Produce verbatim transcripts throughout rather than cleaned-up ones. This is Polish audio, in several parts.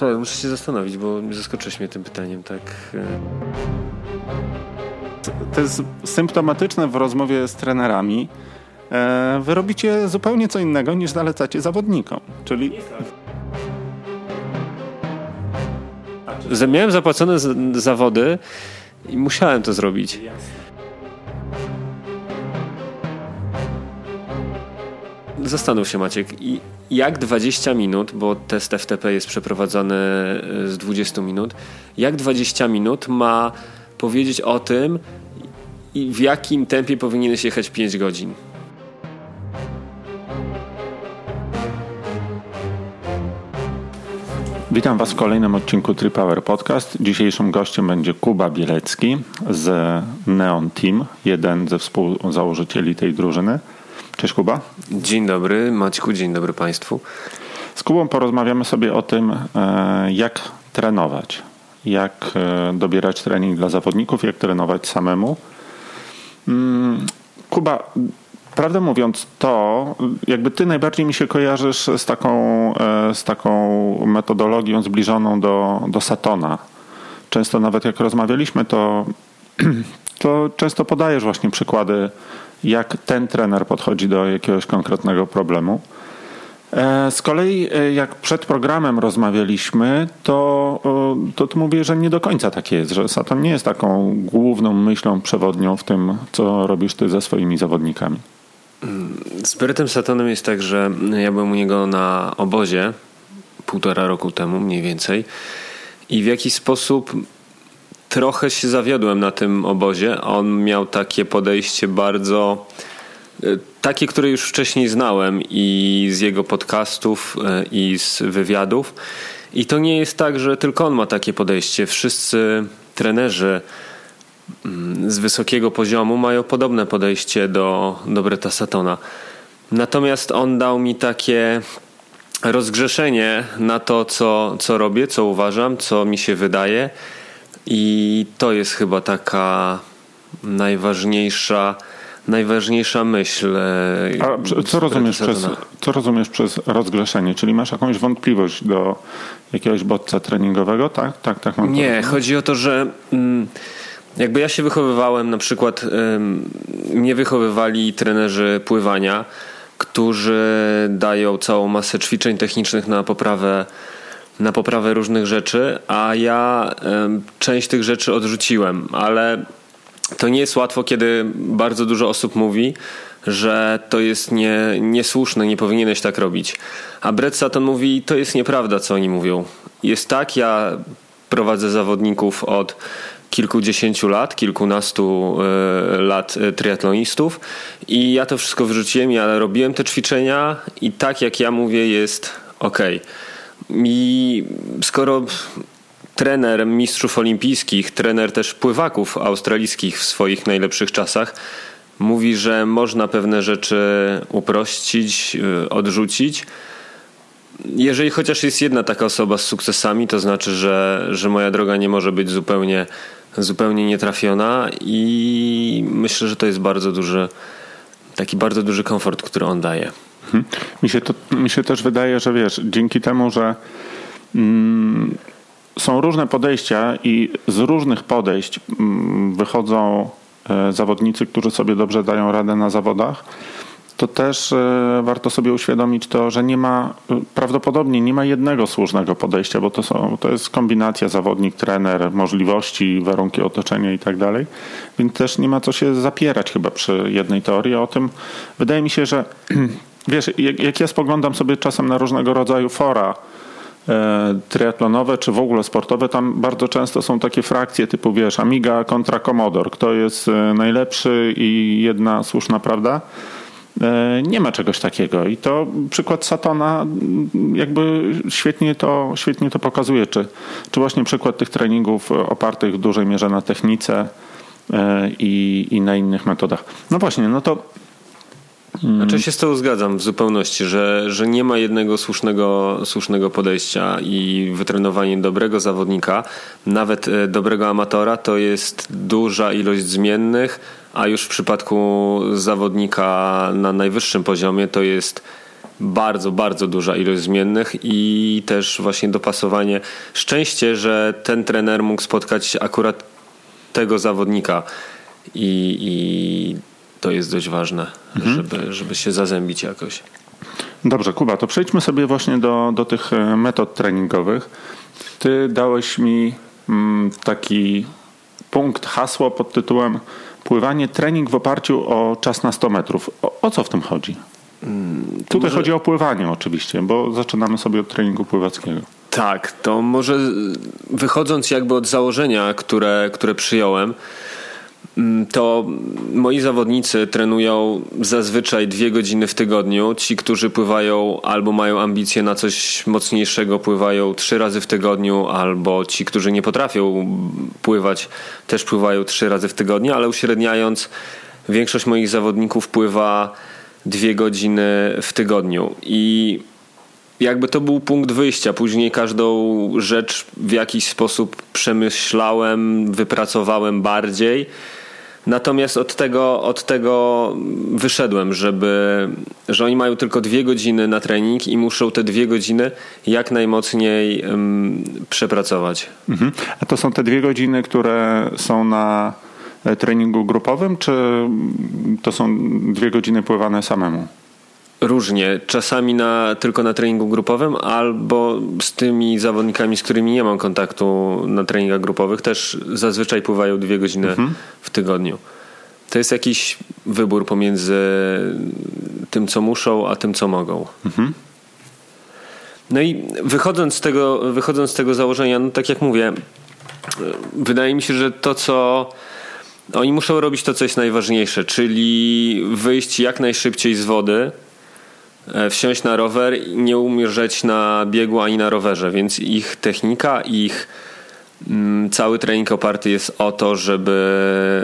To muszę się zastanowić, bo zaskoczyłeś mnie tym pytaniem, tak. To jest symptomatyczne w rozmowie z trenerami. Wy robicie zupełnie co innego niż zalecacie zawodnikom, czyli... Miałem zapłacone z- zawody i musiałem to zrobić. Zastanów się, Maciek, i jak dwadzieścia minut, bo test F T P jest przeprowadzany z dwudziestu minut, jak dwadzieścia minut ma powiedzieć o tym, i w jakim tempie powinieneś jechać pięć godzin? Witam Was w kolejnym odcinku Tripower Podcast. Dzisiejszym gościem będzie Kuba Bielecki z Neon Team, jeden ze współzałożycieli tej drużyny. Cześć Kuba. Dzień dobry Maćku, dzień dobry Państwu. Z Kubą porozmawiamy sobie o tym, jak trenować, jak dobierać trening dla zawodników, jak trenować samemu. Kuba, prawdę mówiąc, to jakby ty najbardziej mi się kojarzysz z taką, z taką metodologią zbliżoną do, do Satona. Często nawet jak rozmawialiśmy, to, to często podajesz właśnie przykłady, jak ten trener podchodzi do jakiegoś konkretnego problemu. Z kolei jak przed programem rozmawialiśmy, to, to ty mówisz, że nie do końca tak jest, że Saton nie jest taką główną myślą przewodnią w tym, co robisz ty ze swoimi zawodnikami. Z Beretem Satonem jest tak, że ja byłem u niego na obozie półtora roku temu mniej więcej i w jakiś sposób trochę się zawiodłem na tym obozie. On miał takie podejście bardzo... takie, które już wcześniej znałem i z jego podcastów i z wywiadów. I to nie jest tak, że tylko on ma takie podejście. Wszyscy trenerzy z wysokiego poziomu mają podobne podejście do, do Bereta Satona. Natomiast on dał mi takie rozgrzeszenie na to, co, co robię, co uważam, co mi się wydaje. I to jest chyba taka najważniejsza Najważniejsza myśl. A co rozumiesz, przez, co rozumiesz przez rozgrzeszenie? Czyli masz jakąś wątpliwość do jakiegoś bodźca treningowego? Tak, tak, tak. Mam Nie, chodzi o to, że jakby ja się wychowywałem, na przykład mnie wychowywali trenerzy pływania, którzy dają całą masę ćwiczeń technicznych na poprawę na poprawę różnych rzeczy, a ja część tych rzeczy odrzuciłem, ale to nie jest łatwo, kiedy bardzo dużo osób mówi, że to jest nie, niesłuszne, nie powinieneś tak robić. A Bret Saton mówi, to jest nieprawda, co oni mówią. Jest tak, ja prowadzę zawodników od kilkudziesięciu lat, kilkunastu y, lat y, triatlonistów i ja to wszystko wyrzuciłem, ja robiłem te ćwiczenia i tak jak ja mówię jest okej. I skoro... trener mistrzów olimpijskich, trener też pływaków australijskich w swoich najlepszych czasach mówi, że można pewne rzeczy uprościć, odrzucić. Jeżeli chociaż jest jedna taka osoba z sukcesami, to znaczy, że, że moja droga nie może być zupełnie, zupełnie nietrafiona i myślę, że to jest bardzo duży, taki bardzo duży komfort, który on daje. Hmm. Mi się to, mi się też wydaje, że wiesz, dzięki temu, że mm, są różne podejścia i z różnych podejść wychodzą zawodnicy, którzy sobie dobrze dają radę na zawodach, to też warto sobie uświadomić to, że nie ma, prawdopodobnie nie ma jednego słusznego podejścia, bo to, są, to jest kombinacja zawodnik, trener, możliwości, warunki otoczenia i tak dalej, więc też nie ma co się zapierać chyba przy jednej teorii. O tym wydaje mi się, że wiesz, jak, jak ja spoglądam sobie czasem na różnego rodzaju fora triatlonowe czy w ogóle sportowe, tam bardzo często są takie frakcje typu, wiesz, Amiga kontra Commodore, kto jest najlepszy i jedna słuszna prawda. Nie ma czegoś takiego i to przykład Satona jakby świetnie to, świetnie to pokazuje, czy, czy właśnie przykład tych treningów opartych w dużej mierze na technice i, i na innych metodach. No właśnie, no to Znaczy się z tą zgadzam w zupełności, że, że nie ma jednego słusznego, słusznego podejścia i wytrenowanie dobrego zawodnika, nawet dobrego amatora, to jest duża ilość zmiennych, a już w przypadku zawodnika na najwyższym poziomie to jest bardzo, bardzo duża ilość zmiennych i też właśnie dopasowanie. Szczęście, że ten trener mógł spotkać akurat tego zawodnika i, i to jest dość ważne, mhm. żeby, żeby się zazębić jakoś. Dobrze, Kuba, to przejdźmy sobie właśnie do, do tych metod treningowych. Ty dałeś mi mm, taki punkt, hasło pod tytułem pływanie, trening w oparciu o czas na sto metrów. O, o co w tym chodzi? Hmm, Tutaj może... chodzi o pływanie oczywiście, bo zaczynamy sobie od treningu pływackiego. Tak, to może wychodząc jakby od założenia, które, które przyjąłem, to moi zawodnicy trenują zazwyczaj dwie godziny w tygodniu. Ci, którzy pływają albo mają ambicje na coś mocniejszego, pływają trzy razy w tygodniu, albo ci, którzy nie potrafią pływać, też pływają trzy razy w tygodniu, ale uśredniając, większość moich zawodników pływa dwie godziny w tygodniu i jakby to był punkt wyjścia. Później każdą rzecz w jakiś sposób przemyślałem, wypracowałem bardziej. Natomiast od tego, od tego wyszedłem, żeby, że oni mają tylko dwie godziny na trening i muszą te dwie godziny jak najmocniej um, przepracować. Mhm. A to są te dwie godziny, które są na treningu grupowym, czy to są dwie godziny pływane samemu? Różnie. Czasami na, tylko na treningu grupowym, albo z tymi zawodnikami, z którymi nie mam kontaktu na treningach grupowych, też zazwyczaj pływają dwie godziny mhm. w tygodniu. To jest jakiś wybór pomiędzy tym, co muszą, a tym, co mogą. Mhm. No i wychodząc z tego, wychodząc z tego założenia, no tak jak mówię, wydaje mi się, że to, co oni muszą robić, to, co jest najważniejsze, czyli wyjść jak najszybciej z wody, wsiąść na rower i nie umrzeć na biegu ani na rowerze, więc ich technika, ich mm, cały trening oparty jest o to, żeby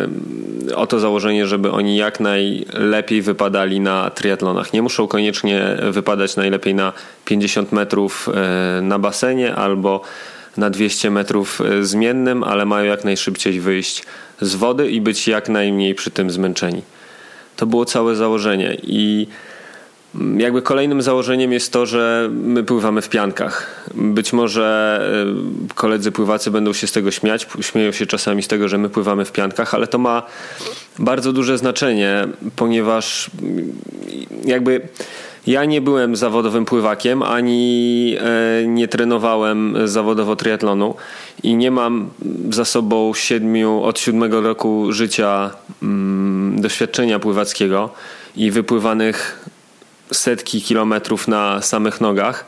o to założenie, żeby oni jak najlepiej wypadali na triatlonach. Nie muszą koniecznie wypadać najlepiej na pięćdziesiąt metrów na basenie albo na dwieście metrów zmiennym, ale mają jak najszybciej wyjść z wody i być jak najmniej przy tym zmęczeni. To było całe założenie i jakby kolejnym założeniem jest to, że my pływamy w piankach. Być może koledzy pływacy będą się z tego śmiać, śmieją się czasami z tego, że my pływamy w piankach, ale to ma bardzo duże znaczenie, ponieważ jakby ja nie byłem zawodowym pływakiem, ani nie trenowałem zawodowo triatlonu i nie mam za sobą siedmiu, od siódmego roku życia mm, doświadczenia pływackiego i wypływanych setki kilometrów na samych nogach,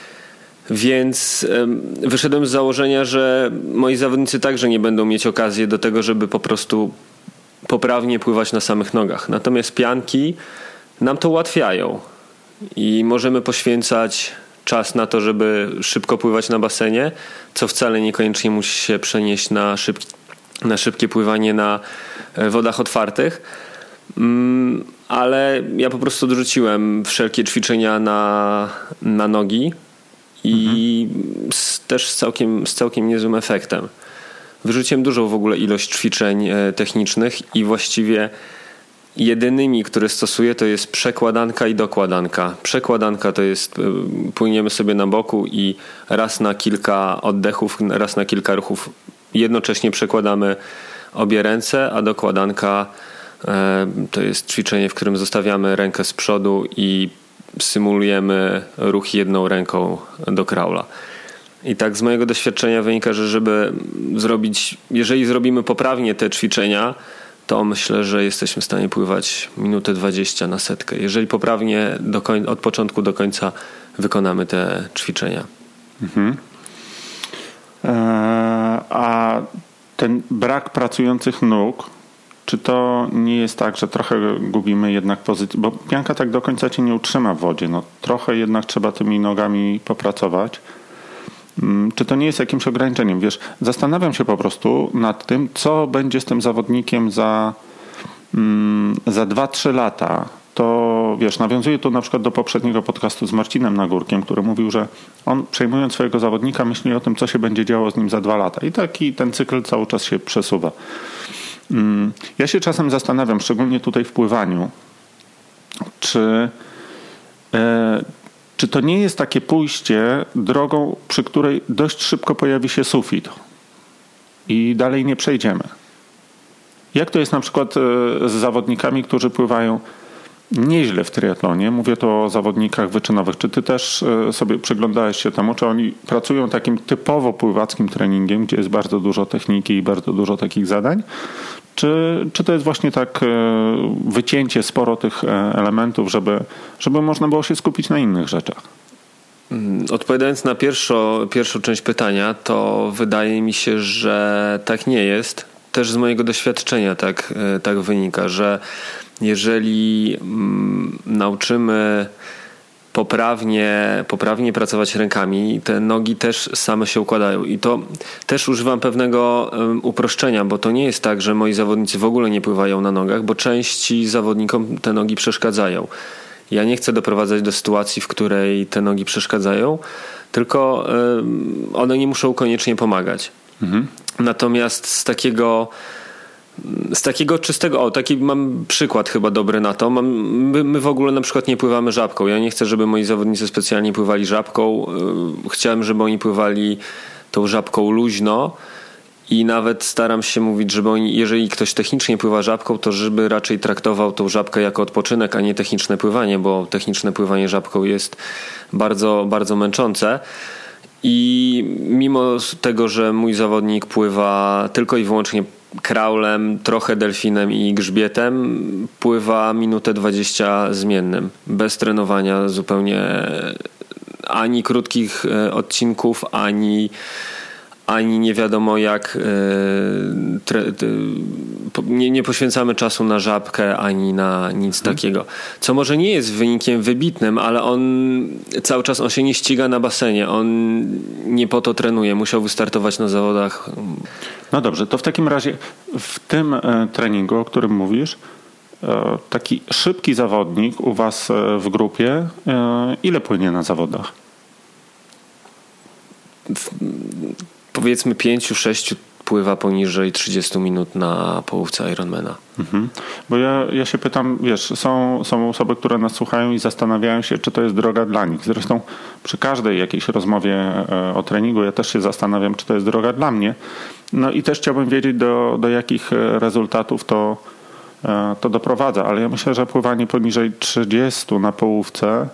więc wyszedłem z założenia, że moi zawodnicy także nie będą mieć okazji do tego, żeby po prostu poprawnie pływać na samych nogach. Natomiast pianki nam to ułatwiają i możemy poświęcać czas na to, żeby szybko pływać na basenie, co wcale niekoniecznie musi się przenieść na, szybki, na szybkie pływanie na wodach otwartych. Ale ja po prostu odrzuciłem wszelkie ćwiczenia na, na nogi i mhm. z, też z całkiem, z całkiem niezłym efektem. Wyrzuciłem dużą w ogóle ilość ćwiczeń technicznych i właściwie jedynymi, które stosuję, to jest przekładanka i dokładanka. Przekładanka to jest, płyniemy sobie na boku i raz na kilka oddechów, raz na kilka ruchów jednocześnie przekładamy obie ręce, a dokładanka to jest ćwiczenie, w którym zostawiamy rękę z przodu i symulujemy ruch jedną ręką do kraula. I tak z mojego doświadczenia wynika, że żeby zrobić, jeżeli zrobimy poprawnie te ćwiczenia, to myślę, że jesteśmy w stanie pływać minutę dwadzieścia na setkę. Jeżeli poprawnie do koń- od początku do końca wykonamy te ćwiczenia. Mhm. Eee, a ten brak pracujących nóg, czy to nie jest tak, że trochę gubimy jednak pozycję? Bo pianka tak do końca cię nie utrzyma w wodzie. No, trochę jednak trzeba tymi nogami popracować. Czy to nie jest jakimś ograniczeniem? Wiesz, zastanawiam się po prostu nad tym, co będzie z tym zawodnikiem za, za dwa trzy lata. To wiesz, nawiązuję tu na przykład do poprzedniego podcastu z Marcinem Nagórkiem, który mówił, że on przejmując swojego zawodnika myśli o tym, co się będzie działo z nim za dwa lata. I taki ten cykl cały czas się przesuwa. Ja się czasem zastanawiam, szczególnie tutaj w pływaniu, czy czy to nie jest takie pójście drogą, przy której dość szybko pojawi się sufit i dalej nie przejdziemy? Jak to jest na przykład z zawodnikami, którzy pływają nieźle w triatlonie? Mówię to o zawodnikach wyczynowych. Czy ty też sobie przyglądałeś się temu, czy oni pracują takim typowo pływackim treningiem, gdzie jest bardzo dużo techniki i bardzo dużo takich zadań? Czy, czy to jest właśnie tak wycięcie sporo tych elementów, żeby, żeby można było się skupić na innych rzeczach? Odpowiadając na pierwszą, pierwszą część pytania, to wydaje mi się, że tak nie jest. Też z mojego doświadczenia tak, tak wynika, że jeżeli mm, nauczymy poprawnie, poprawnie pracować rękami, te nogi też same się układają. I to też używam pewnego um, uproszczenia, bo to nie jest tak, że moi zawodnicy w ogóle nie pływają na nogach, bo części zawodnikom te nogi przeszkadzają. Ja nie chcę doprowadzać do sytuacji, w której te nogi przeszkadzają, tylko um, one nie muszą koniecznie pomagać. Mhm. Natomiast z takiego z takiego czystego, o taki mam przykład chyba dobry na to, mam, my, my w ogóle na przykład nie pływamy żabką. Ja nie chcę, żeby moi zawodnicy specjalnie pływali żabką. Chciałem, żeby oni pływali tą żabką luźno i nawet staram się mówić, żeby oni, jeżeli ktoś technicznie pływa żabką, to żeby raczej traktował tą żabkę jako odpoczynek, a nie techniczne pływanie, bo techniczne pływanie żabką jest bardzo, bardzo męczące. I mimo tego, że mój zawodnik pływa tylko i wyłącznie kraulem, trochę delfinem i grzbietem, pływa minutę dwadzieścia zmiennym, bez trenowania zupełnie ani krótkich odcinków, ani ani nie wiadomo jak tre, nie, nie poświęcamy czasu na żabkę ani na nic hmm. takiego. Co może nie jest wynikiem wybitnym, ale on cały czas on się nie ściga na basenie. On nie po to trenuje. Musiał wystartować na zawodach. No dobrze, to w takim razie w tym treningu, o którym mówisz, taki szybki zawodnik u was w grupie, ile płynie na zawodach? W, powiedzmy pięciu, sześciu pływa poniżej trzydziestu minut na połówce Ironmana. Mhm. Bo ja, ja się pytam, wiesz, są, są osoby, które nas słuchają i zastanawiają się, czy to jest droga dla nich. Zresztą przy każdej jakiejś rozmowie o treningu ja też się zastanawiam, czy to jest droga dla mnie. No i też chciałbym wiedzieć, do, do jakich rezultatów to, to doprowadza. Ale ja myślę, że pływanie poniżej trzydziestu na połówce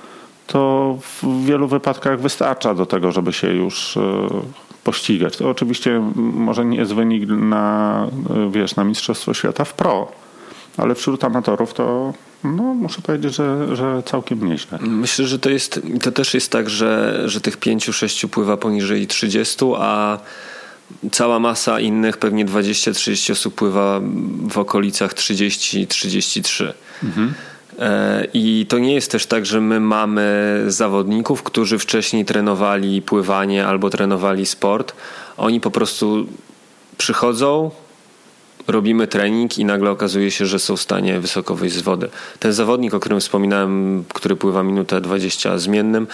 to w wielu wypadkach wystarcza do tego, żeby się już pościgać. To oczywiście może nie jest wynik na, wiesz, na Mistrzostwo Świata w pro, ale wśród amatorów to no, muszę powiedzieć, że, że całkiem nieźle. Myślę, że to jest, to też jest tak, że, że tych pięciu, sześciu pływa poniżej trzydziestu, a cała masa innych, pewnie dwadzieścia trzydzieści osób pływa w okolicach trzydzieści trzydzieści trzy. Mhm. I to nie jest też tak, że my mamy zawodników, którzy wcześniej trenowali pływanie albo trenowali sport. Oni po prostu przychodzą, robimy trening i nagle okazuje się, że są w stanie wysoko wyjść z wody. Ten zawodnik, o którym wspominałem, który pływa minutę dwadzieścia zmiennym,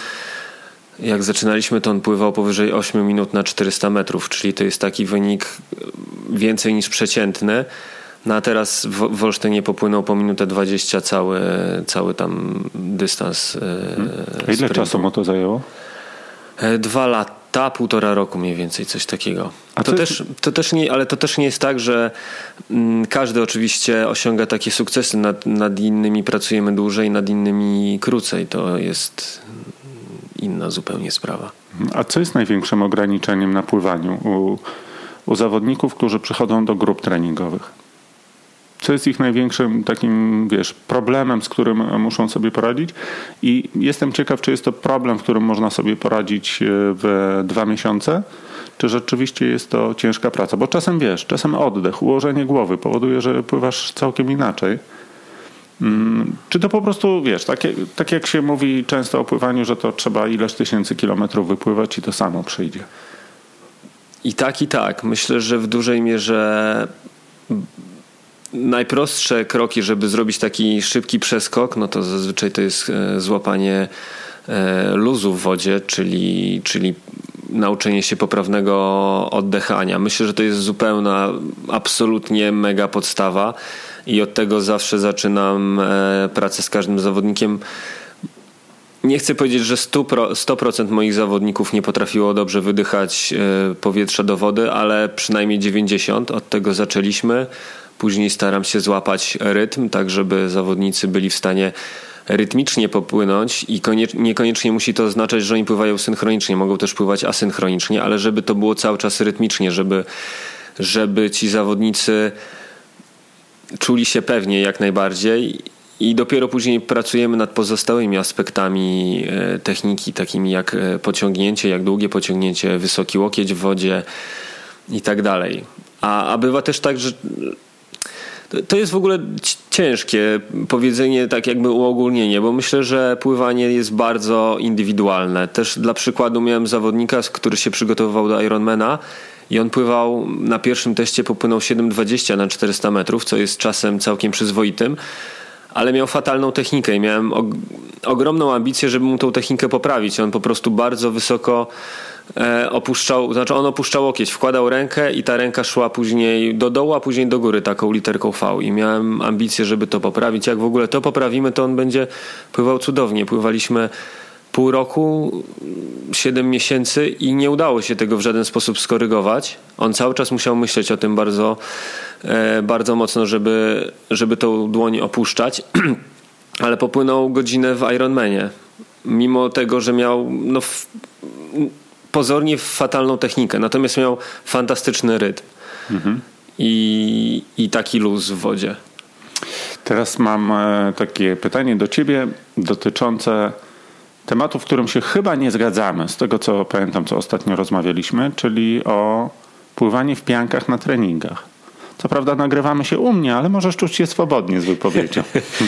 jak zaczynaliśmy, to on pływał powyżej ośmiu minut na czterysta metrów, czyli to jest taki wynik więcej niż przeciętny. No a teraz w Wolsztynie popłynął po minutę dwadzieścia cały, cały tam dystans. Hmm. Ile sprintu. Czasu mu to zajęło? Dwa lata, półtora roku mniej więcej, coś takiego. A to, też, to też nie, ale to też nie jest tak, że mm, każdy oczywiście osiąga takie sukcesy. Nad, nad innymi pracujemy dłużej, nad innymi krócej. To jest inna zupełnie sprawa. A co jest największym ograniczeniem na pływaniu u, u zawodników, którzy przychodzą do grup treningowych? Co jest ich największym takim, wiesz, problemem, z którym muszą sobie poradzić? I jestem ciekaw, czy jest to problem, w którym można sobie poradzić w dwa miesiące, czy rzeczywiście jest to ciężka praca? Bo czasem, wiesz, czasem oddech, ułożenie głowy powoduje, że pływasz całkiem inaczej. Czy to po prostu, wiesz, tak, tak jak się mówi często o pływaniu, że to trzeba ileś tysięcy kilometrów wypływać i to samo przyjdzie? I tak, i tak. Myślę, że w dużej mierze najprostsze kroki, żeby zrobić taki szybki przeskok, no to zazwyczaj to jest złapanie luzu w wodzie, czyli, czyli nauczenie się poprawnego oddychania. Myślę, że to jest zupełna, absolutnie mega podstawa i od tego zawsze zaczynam pracę z każdym zawodnikiem. nie chcę powiedzieć, że sto procent moich zawodników nie potrafiło dobrze wydychać powietrza do wody, ale przynajmniej dziewięćdziesiąt procent. Od tego zaczęliśmy. Później staram się złapać rytm, tak żeby zawodnicy byli w stanie rytmicznie popłynąć i niekoniecznie musi to oznaczać, że oni pływają synchronicznie, mogą też pływać asynchronicznie, ale żeby to było cały czas rytmicznie, żeby, żeby ci zawodnicy czuli się pewnie jak najbardziej i dopiero później pracujemy nad pozostałymi aspektami techniki, takimi jak pociągnięcie, jak długie pociągnięcie, wysoki łokieć w wodzie i tak dalej. A, a bywa też tak, że to jest w ogóle ciężkie powiedzenie, tak jakby uogólnienie, bo myślę, że pływanie jest bardzo indywidualne. Też dla przykładu miałem zawodnika, który się przygotowywał do Ironmana i on pływał, na pierwszym teście popłynął siedem dwadzieścia na czterysta metrów, co jest czasem całkiem przyzwoitym, ale miał fatalną technikę i miałem og- ogromną ambicję, żeby mu tą technikę poprawić. On po prostu bardzo wysoko e, opuszczał, znaczy on opuszczał łokieć, wkładał rękę i ta ręka szła później do dołu, a później do góry taką literką V i miałem ambicję, żeby to poprawić. Jak w ogóle to poprawimy, to on będzie pływał cudownie. Pływaliśmy pół roku, siedem miesięcy i nie udało się tego w żaden sposób skorygować. On cały czas musiał myśleć o tym bardzo, e, bardzo mocno, żeby, żeby tą dłoń opuszczać, ale popłynął godzinę w Ironmanie. Mimo tego, że miał no, w, pozornie fatalną technikę, natomiast miał fantastyczny rytm mhm. i, i taki luz w wodzie. Teraz mam e, takie pytanie do ciebie dotyczące tematu, w którym się chyba nie zgadzamy, z tego co pamiętam, co ostatnio rozmawialiśmy, czyli o pływanie w piankach na treningach. Co prawda nagrywamy się u mnie, ale możesz czuć się swobodnie z wypowiedzią.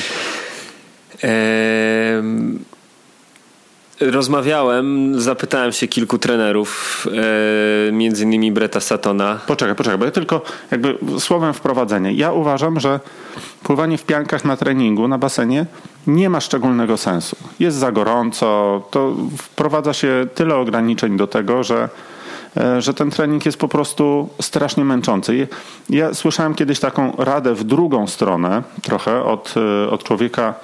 ehm, rozmawiałem, zapytałem się kilku trenerów, e, między innymi Bretta Suttona. Poczekaj, poczekaj, bo ja tylko jakby słowem wprowadzenia. Ja uważam, że pływanie w piankach na treningu, na basenie nie ma szczególnego sensu. Jest za gorąco, to wprowadza się tyle ograniczeń do tego, że, że ten trening jest po prostu strasznie męczący. Ja słyszałem kiedyś taką radę w drugą stronę trochę od, od człowieka,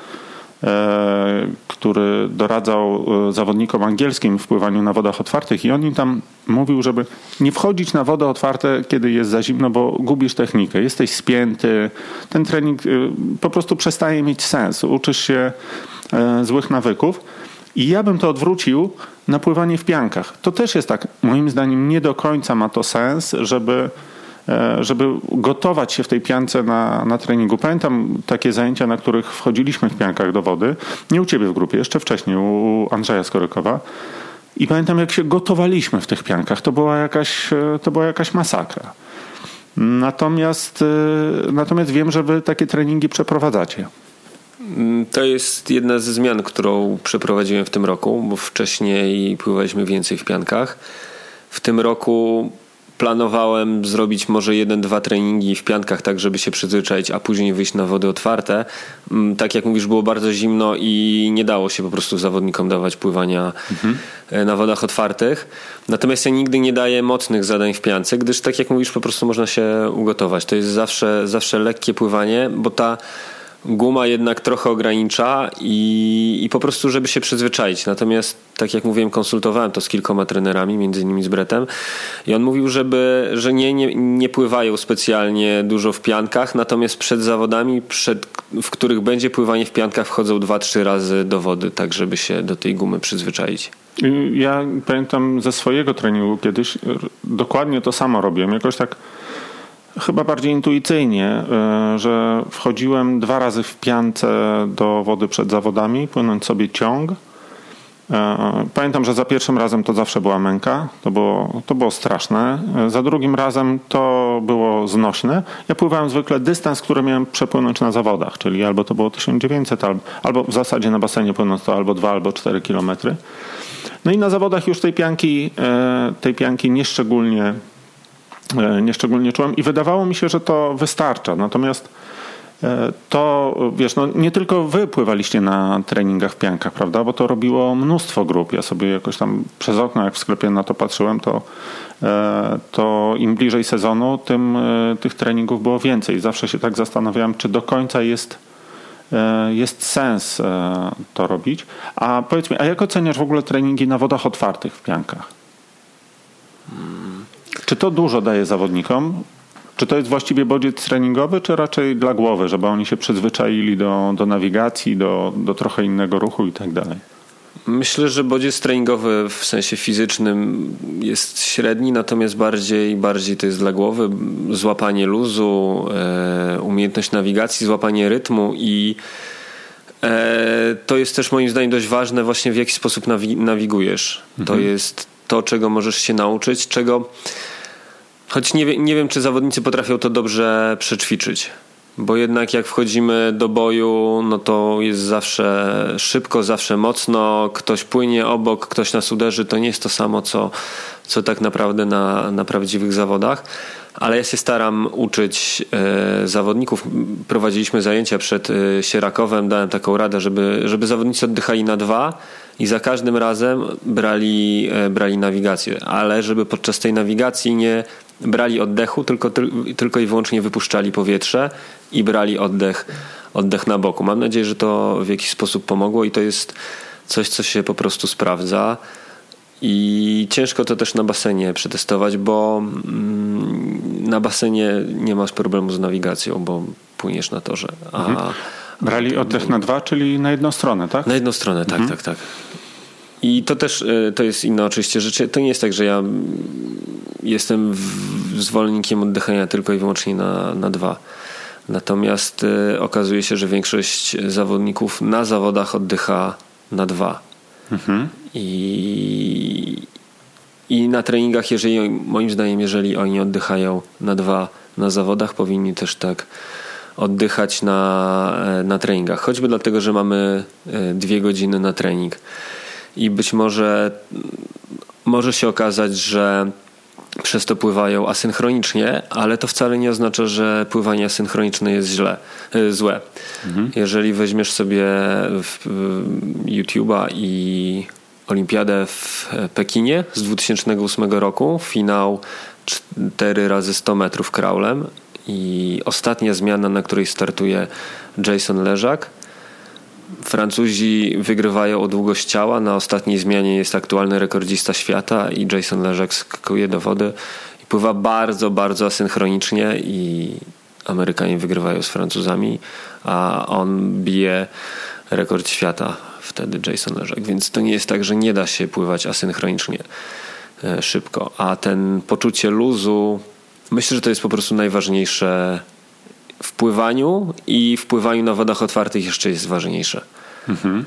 który doradzał zawodnikom angielskim w pływaniu na wodach otwartych i on im tam mówił, żeby nie wchodzić na wody otwarte, kiedy jest za zimno, bo gubisz technikę, jesteś spięty, ten trening po prostu przestaje mieć sens, uczysz się złych nawyków i ja bym to odwrócił na pływanie w piankach. To też jest tak, moim zdaniem nie do końca ma to sens, żeby żeby gotować się w tej piance na, na treningu. Pamiętam takie zajęcia, na których wchodziliśmy w piankach do wody. Nie u ciebie w grupie, jeszcze wcześniej, u Andrzeja Skorykowa. I pamiętam, jak się gotowaliśmy w tych piankach. To była jakaś, to była jakaś masakra. Natomiast, natomiast wiem, że wy takie treningi przeprowadzacie. To jest jedna ze zmian, którą przeprowadziłem w tym roku, bo wcześniej pływaliśmy więcej w piankach. W tym roku planowałem zrobić może jeden, dwa treningi w piankach, tak żeby się przyzwyczaić, a później wyjść na wody otwarte. Tak jak mówisz, było bardzo zimno i nie dało się po prostu zawodnikom dawać pływania mhm. na wodach otwartych. Natomiast ja nigdy nie daję mocnych zadań w piance, gdyż tak jak mówisz, po prostu można się ugotować. To jest zawsze, zawsze lekkie pływanie, bo ta guma jednak trochę ogranicza i, i po prostu, żeby się przyzwyczaić. Natomiast, tak jak mówiłem, konsultowałem to z kilkoma trenerami, między innymi z Brettem i on mówił, żeby, że nie, nie, nie pływają specjalnie dużo w piankach, natomiast przed zawodami, przed, w których będzie pływanie w piankach, wchodzą dwa, trzy razy do wody, tak żeby się do tej gumy przyzwyczaić. Ja pamiętam ze swojego treningu kiedyś, dokładnie to samo robiłem. Jakoś tak chyba bardziej intuicyjnie, że wchodziłem dwa razy w piance do wody przed zawodami, płynąc sobie ciąg. Pamiętam, że za pierwszym razem to zawsze była męka, to było, to było straszne. Za drugim razem to było znośne. Ja pływałem zwykle dystans, który miałem przepłynąć na zawodach, czyli albo to było tysiąc dziewięćset, albo, albo w zasadzie na basenie płynąc to albo dwa, albo cztery kilometry. No i na zawodach już tej pianki, tej pianki nieszczególnie nieszczególnie czułem i wydawało mi się, że to wystarcza. Natomiast to, wiesz, no nie tylko wy pływaliście na treningach w piankach, prawda, bo to robiło mnóstwo grup. Ja sobie jakoś tam przez okno, jak w sklepie na to patrzyłem, to, to im bliżej sezonu, tym tych treningów było więcej. Zawsze się tak zastanawiałem, czy do końca jest jest sens to robić. A powiedz mi, a jak oceniasz w ogóle treningi na wodach otwartych w piankach? Hmm. Czy to dużo daje zawodnikom? Czy to jest właściwie bodziec treningowy, czy raczej dla głowy, żeby oni się przyzwyczaili do, do nawigacji, do, do trochę innego ruchu i tak dalej? Myślę, że bodziec treningowy w sensie fizycznym jest średni, natomiast bardziej, bardziej to jest dla głowy. Złapanie luzu, e, umiejętność nawigacji, złapanie rytmu i e, to jest też moim zdaniem dość ważne właśnie w jaki sposób nawi- nawigujesz. Mhm. To jest to, czego możesz się nauczyć, czego choć nie, nie wiem, czy zawodnicy potrafią to dobrze przećwiczyć. Bo jednak jak wchodzimy do boju, no to jest zawsze szybko, zawsze mocno, ktoś płynie obok, ktoś nas uderzy, to nie jest to samo, co, co tak naprawdę na, na prawdziwych zawodach. Ale ja się staram uczyć e, zawodników. Prowadziliśmy zajęcia przed e, Sierakowem, dałem taką radę, żeby, żeby zawodnicy oddychali na dwa i za każdym razem brali, e, brali nawigację, ale żeby podczas tej nawigacji nie brali oddechu, tylko, tylko i wyłącznie wypuszczali powietrze i brali oddech, oddech na boku. Mam nadzieję, że to w jakiś sposób pomogło i to jest coś, co się po prostu sprawdza. I ciężko to też na basenie przetestować, bo na basenie nie masz problemu z nawigacją, bo płyniesz na torze. A, mhm. Brali oddech na dwa, czyli na jedną stronę, tak? Na jedną stronę, tak, mhm. tak, tak. I to też to jest inna oczywiście rzecz. To nie jest tak, że ja jestem zwolennikiem oddychania tylko i wyłącznie na, na dwa. Natomiast y, okazuje się, że większość zawodników na zawodach oddycha na dwa. Mhm. I, I na treningach, jeżeli moim zdaniem, jeżeli oni oddychają na dwa na zawodach, powinni też tak oddychać na, na treningach. Choćby dlatego, że mamy dwie godziny na trening. I być może może się okazać, że przez to pływają asynchronicznie, ale to wcale nie oznacza, że pływanie asynchroniczne jest źle, złe. Mhm. Jeżeli weźmiesz sobie YouTube'a i Olimpiadę w Pekinie z dwa tysiące ósmego roku, finał cztery razy sto metrów kraulem i ostatnia zmiana, na której startuje Jason Leżak. Francuzi wygrywają o długość ciała. Na ostatniej zmianie jest aktualny rekordzista świata i Jason Leżak skakuje do wody i pływa bardzo, bardzo asynchronicznie i Amerykanie wygrywają z Francuzami, a on bije rekord świata wtedy Jason Leżak. Więc to nie jest tak, że nie da się pływać asynchronicznie szybko. A ten poczucie luzu, myślę, że to jest po prostu najważniejsze w pływaniu i w pływaniu na wodach otwartych jeszcze jest ważniejsze. Mhm.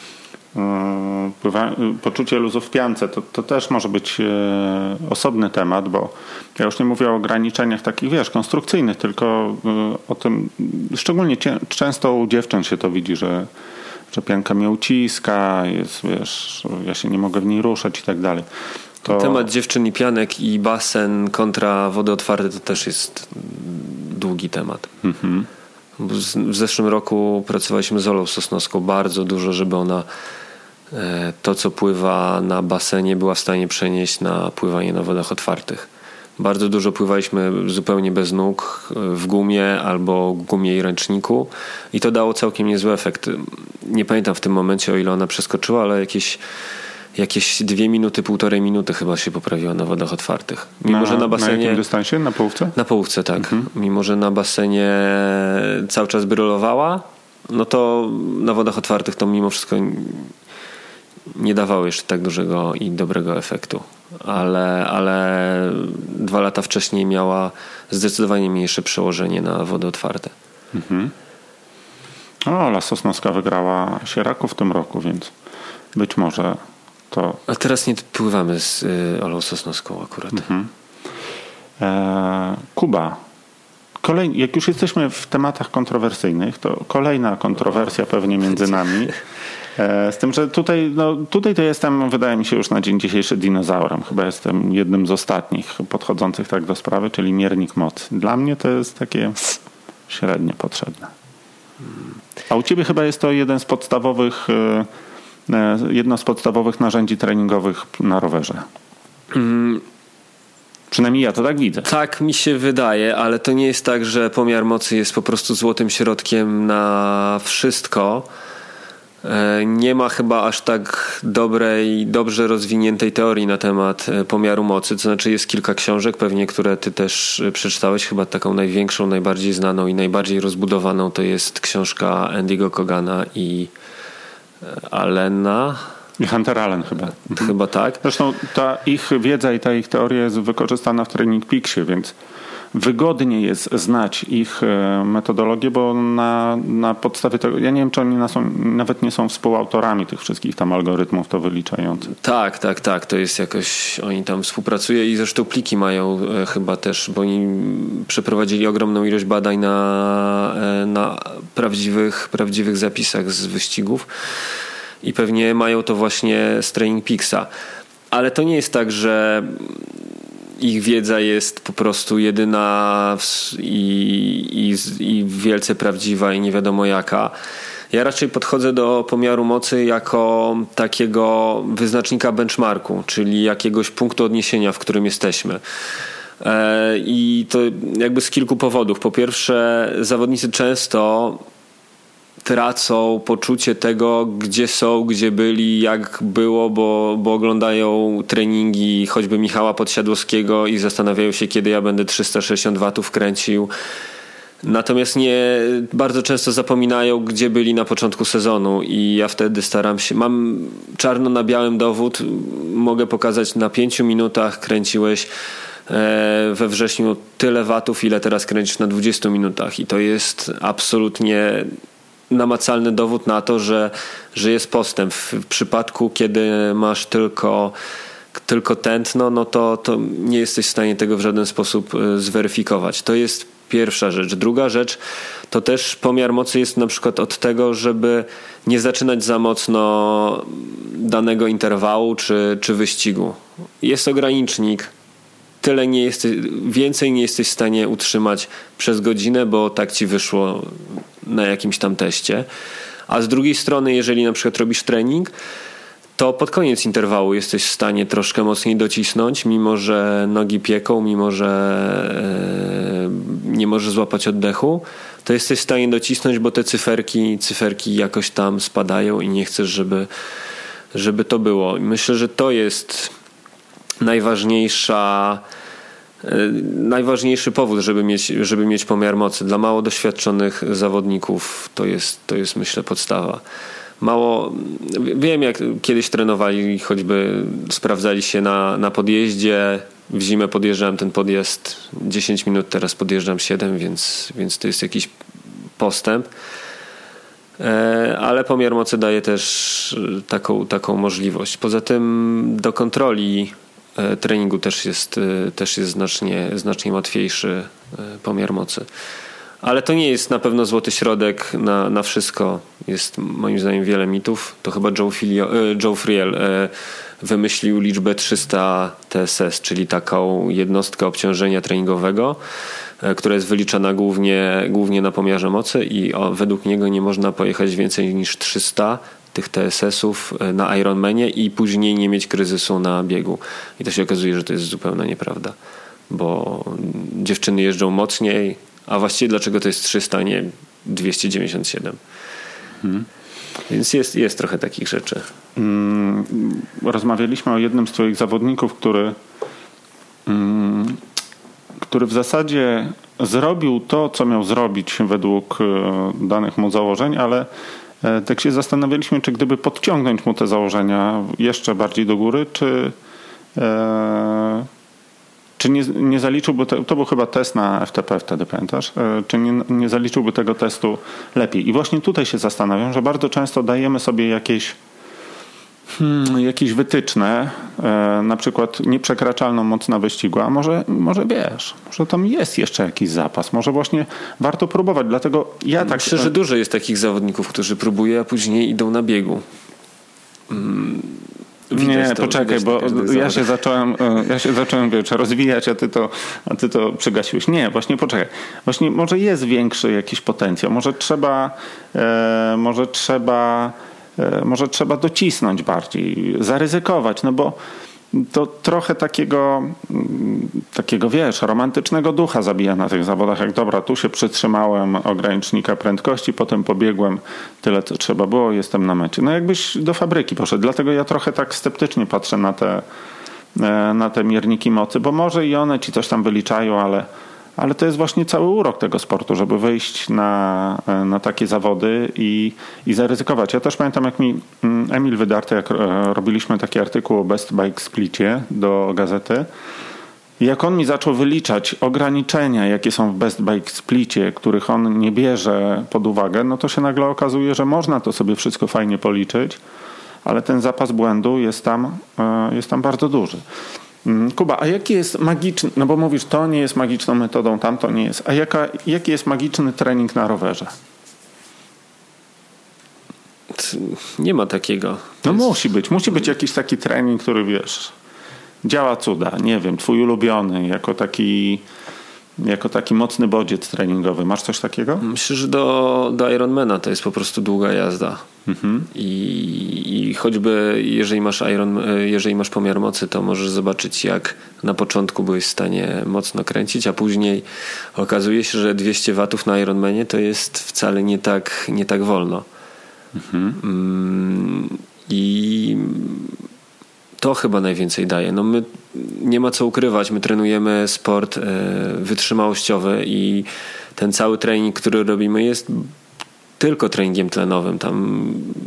Pływa, poczucie luzu w piance to, to też może być e, osobny temat, bo ja już nie mówię o ograniczeniach takich, wiesz, konstrukcyjnych, tylko e, o tym, szczególnie cię, często u dziewczyn się to widzi, że, że pianka mnie uciska, jest, wiesz, ja się nie mogę w niej ruszać i tak dalej. To... Temat dziewczyn i pianek i basen kontra wody otwarte to też jest długi temat. Mhm. W zeszłym roku pracowaliśmy z Olą Sosnowską bardzo dużo, żeby ona to, co pływa na basenie, była w stanie przenieść na pływanie na wodach otwartych. Bardzo dużo pływaliśmy zupełnie bez nóg, w gumie albo gumie i ręczniku i to dało całkiem niezły efekt. Nie pamiętam w tym momencie, o ile ona przeskoczyła, ale jakieś Jakieś dwie minuty, półtorej minuty chyba się poprawiła na wodach otwartych. Mimo, na, że na basenie... Na jakim dystansie? Na połówce? Na połówce, tak. Mhm. Mimo, że na basenie cały czas brylowała, no to na wodach otwartych to mimo wszystko nie dawało jeszcze tak dużego i dobrego efektu. Ale, ale dwa lata wcześniej miała zdecydowanie mniejsze przełożenie na wody otwarte. Mhm. O, Ola Sosnowska wygrała Sieraków w tym roku, więc być może... To... A teraz nie pływamy z y, Olą Sosnowską akurat. Mhm. E, Kuba. Kolej, jak już jesteśmy w tematach kontrowersyjnych, to kolejna kontrowersja pewnie między nami. E, z tym, że tutaj, no, tutaj to jestem, wydaje mi się, już na dzień dzisiejszy dinozaurem. Chyba jestem jednym z ostatnich podchodzących tak do sprawy, czyli miernik mocy. Dla mnie to jest takie średnio potrzebne. A u ciebie chyba jest to jeden z podstawowych... Y, jedno z podstawowych narzędzi treningowych na rowerze. Przynajmniej ja to tak widzę. Tak mi się wydaje, ale to nie jest tak, że pomiar mocy jest po prostu złotym środkiem na wszystko. Nie ma chyba aż tak dobrej, dobrze rozwiniętej teorii na temat pomiaru mocy. To znaczy jest kilka książek, pewnie, które ty też przeczytałeś. Chyba taką największą, najbardziej znaną i najbardziej rozbudowaną to jest książka Andy'ego Cogana i Allena. I Hunter Allen chyba. Chyba tak. Zresztą ta ich wiedza i ta ich teoria jest wykorzystana w Training Peaksie, więc wygodnie jest znać ich metodologię, bo na, na podstawie tego, ja nie wiem, czy oni na są, nawet nie są współautorami tych wszystkich tam algorytmów to wyliczających. Tak, tak, tak, to jest jakoś, oni tam współpracują i zresztą pliki mają e, chyba też, bo oni przeprowadzili ogromną ilość badań na, e, na prawdziwych, prawdziwych zapisach z wyścigów i pewnie mają to właśnie z Training Peaksa. Ale to nie jest tak, że ich wiedza jest po prostu jedyna i, i, i wielce prawdziwa i nie wiadomo jaka. Ja raczej podchodzę do pomiaru mocy jako takiego wyznacznika benchmarku, czyli jakiegoś punktu odniesienia, w którym jesteśmy. I to jakby z kilku powodów. Po pierwsze, zawodnicy często tracą poczucie tego, gdzie są, gdzie byli, jak było, bo, bo oglądają treningi choćby Michała Podsiadłowskiego i zastanawiają się, kiedy ja będę trzysta sześćdziesiąt watów kręcił. Natomiast nie bardzo często zapominają, gdzie byli na początku sezonu i ja wtedy staram się, mam czarno na białym dowód, mogę pokazać na pięciu minutach kręciłeś we wrześniu tyle watów, ile teraz kręcisz na dwudziestu minutach i to jest absolutnie namacalny dowód na to, że, że jest postęp. W przypadku, kiedy masz tylko, tylko tętno, no to, to nie jesteś w stanie tego w żaden sposób zweryfikować. To jest pierwsza rzecz. Druga rzecz to też pomiar mocy jest na przykład od tego, żeby nie zaczynać za mocno danego interwału czy, czy wyścigu. Jest ogranicznik. Tyle nie jesteś, więcej nie jesteś w stanie utrzymać przez godzinę, bo tak ci wyszło na jakimś tam teście. A z drugiej strony, jeżeli na przykład robisz trening, to pod koniec interwału jesteś w stanie troszkę mocniej docisnąć, mimo że nogi pieką, mimo że nie możesz złapać oddechu, to jesteś w stanie docisnąć, bo te cyferki, cyferki jakoś tam spadają i nie chcesz, żeby, żeby to było. Myślę, że to jest najważniejsza najważniejszy powód, żeby mieć, żeby mieć pomiar mocy. Dla mało doświadczonych zawodników to jest, to jest myślę podstawa. Mało, wiem jak kiedyś trenowali, choćby sprawdzali się na, na podjeździe. W zimę podjeżdżałem ten podjazd dziesięć minut, teraz podjeżdżam siedem, więc, więc to jest jakiś postęp. Ale pomiar mocy daje też taką, taką możliwość. Poza tym do kontroli treningu też jest, też jest znacznie, znacznie łatwiejszy pomiar mocy. Ale to nie jest na pewno złoty środek na, na wszystko. Jest moim zdaniem wiele mitów. To chyba Joe, Filio, Joe Friel wymyślił liczbę trzysta T S S, czyli taką jednostkę obciążenia treningowego, która jest wyliczana głównie, głównie na pomiarze mocy i o, według niego nie można pojechać więcej niż trzysta tych T S S-ów na Ironmanie i później nie mieć kryzysu na biegu. I to się okazuje, że to jest zupełna nieprawda, bo dziewczyny jeżdżą mocniej, a właściwie dlaczego to jest trzysta, a nie dwieście dziewięćdziesiąt siedem. Hmm. Więc jest, jest trochę takich rzeczy. Hmm, rozmawialiśmy o jednym z twoich zawodników, który, hmm, który w zasadzie zrobił to, co miał zrobić według danych mu założeń, ale tak się zastanawialiśmy, czy gdyby podciągnąć mu te założenia jeszcze bardziej do góry, czy, e, czy nie, nie zaliczyłby, te, to był chyba test na F T P wtedy, pamiętasz? E, czy nie, nie zaliczyłby tego testu lepiej. I właśnie tutaj się zastanawiam, że bardzo często dajemy sobie jakieś Hmm, jakieś wytyczne, e, na przykład nieprzekraczalną moc na wyścigu, a może, może wiesz, może tam jest jeszcze jakiś zapas, może właśnie warto próbować, dlatego ja tak... Myślę, że dużo jest takich zawodników, którzy próbują, a później idą na biegu. Hmm. Nie, to, poczekaj, bo ja się zacząłem, ja się zacząłem wiesz, rozwijać, a ty, to, a ty to przegasiłeś. Nie, właśnie poczekaj. Właśnie może jest większy jakiś potencjał, może trzeba e, może trzeba Może trzeba docisnąć bardziej, zaryzykować, no bo to trochę takiego, takiego, wiesz, romantycznego ducha zabija na tych zawodach. Jak dobra, tu się przytrzymałem ogranicznika prędkości, potem pobiegłem tyle, co trzeba było, jestem na mecie. No jakbyś do fabryki poszedł. Dlatego ja trochę tak sceptycznie patrzę na te, na te mierniki mocy, bo może i one ci coś tam wyliczają, ale Ale to jest właśnie cały urok tego sportu, żeby wyjść na, na takie zawody i, i zaryzykować. Ja też pamiętam, jak mi Emil Wydarty, jak robiliśmy taki artykuł o Best Bike Splicie do gazety, i jak on mi zaczął wyliczać ograniczenia, jakie są w Best Bike Splicie, których on nie bierze pod uwagę, no to się nagle okazuje, że można to sobie wszystko fajnie policzyć, ale ten zapas błędu jest tam, jest tam bardzo duży. Kuba, a jaki jest magiczny, no bo mówisz, to nie jest magiczną metodą, tamto nie jest, a jaka, jaki jest magiczny trening na rowerze? Nie ma takiego. To no jest... musi być, musi być jakiś taki trening, który wiesz, działa cuda, nie wiem, twój ulubiony, jako taki, jako taki mocny bodziec treningowy. Masz coś takiego? Myślę, że do, do Ironmana to jest po prostu długa jazda. Mhm. I, I choćby jeżeli masz Iron, jeżeli masz pomiar mocy, to możesz zobaczyć, jak na początku byłeś w stanie mocno kręcić, a później okazuje się, że dwieście watów na Ironmanie to jest wcale nie tak, nie tak wolno. Mhm. Mm, I to chyba najwięcej daje. No my, nie ma co ukrywać, my trenujemy sport e, wytrzymałościowy i ten cały trening, który robimy, jest tylko treningiem tlenowym. Tam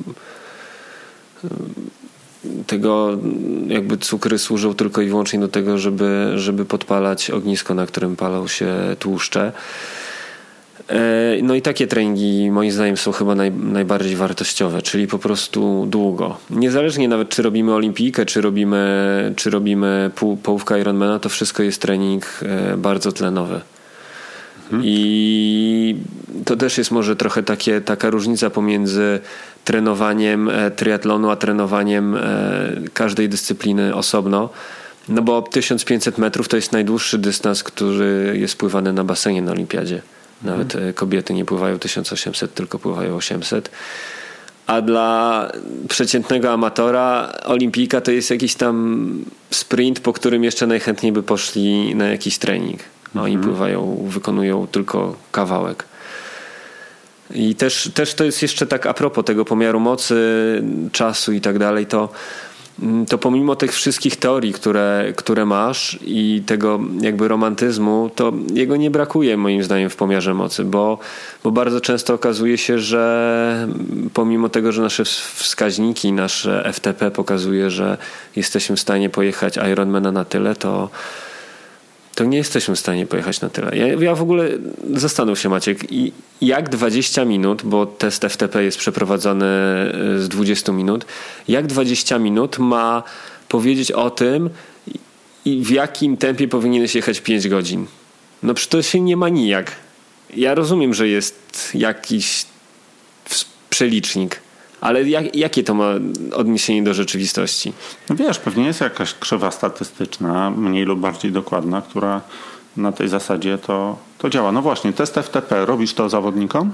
tego jakby cukry służą tylko i wyłącznie do tego, żeby, żeby podpalać ognisko, na którym palą się tłuszcze. No i takie treningi moim zdaniem są chyba naj, najbardziej wartościowe, czyli po prostu długo. Niezależnie nawet czy robimy olimpijkę, czy robimy, czy robimy pół, połówka Ironmana, to wszystko jest trening bardzo tlenowy. Mhm. I to też jest może trochę takie, taka różnica pomiędzy trenowaniem triatlonu, a trenowaniem każdej dyscypliny osobno. No bo tysiąc pięćset metrów to jest najdłuższy dystans, który jest pływany na basenie na olimpiadzie. Nawet hmm. kobiety nie pływają tysiąc osiemset, tylko pływają osiemset. A dla przeciętnego amatora olimpijka to jest jakiś tam sprint, po którym jeszcze najchętniej by poszli na jakiś trening. Oni hmm. pływają, wykonują tylko kawałek. I też, też to jest jeszcze tak a propos tego pomiaru mocy, czasu i tak dalej, to to pomimo tych wszystkich teorii, które, które masz i tego jakby romantyzmu, to jego nie brakuje moim zdaniem w pomiarze mocy, bo, bo bardzo często okazuje się, że pomimo tego, że nasze wskaźniki, nasze F T P pokazuje, że jesteśmy w stanie pojechać Ironmana na tyle, to to nie jesteśmy w stanie pojechać na tyle. Ja, ja w ogóle zastanów się, Maciek, i jak dwadzieścia minut, bo test F T P jest przeprowadzony z dwudziestu minut, jak dwadzieścia minut ma powiedzieć o tym, i w jakim tempie powinieneś jechać pięć godzin? No przecież to się nie ma nijak. Ja rozumiem, że jest jakiś przelicznik, ale jak, jakie to ma odniesienie do rzeczywistości? No wiesz, pewnie jest jakaś krzywa statystyczna, mniej lub bardziej dokładna, która na tej zasadzie to, to działa. No właśnie, test F T P, robisz to zawodnikom?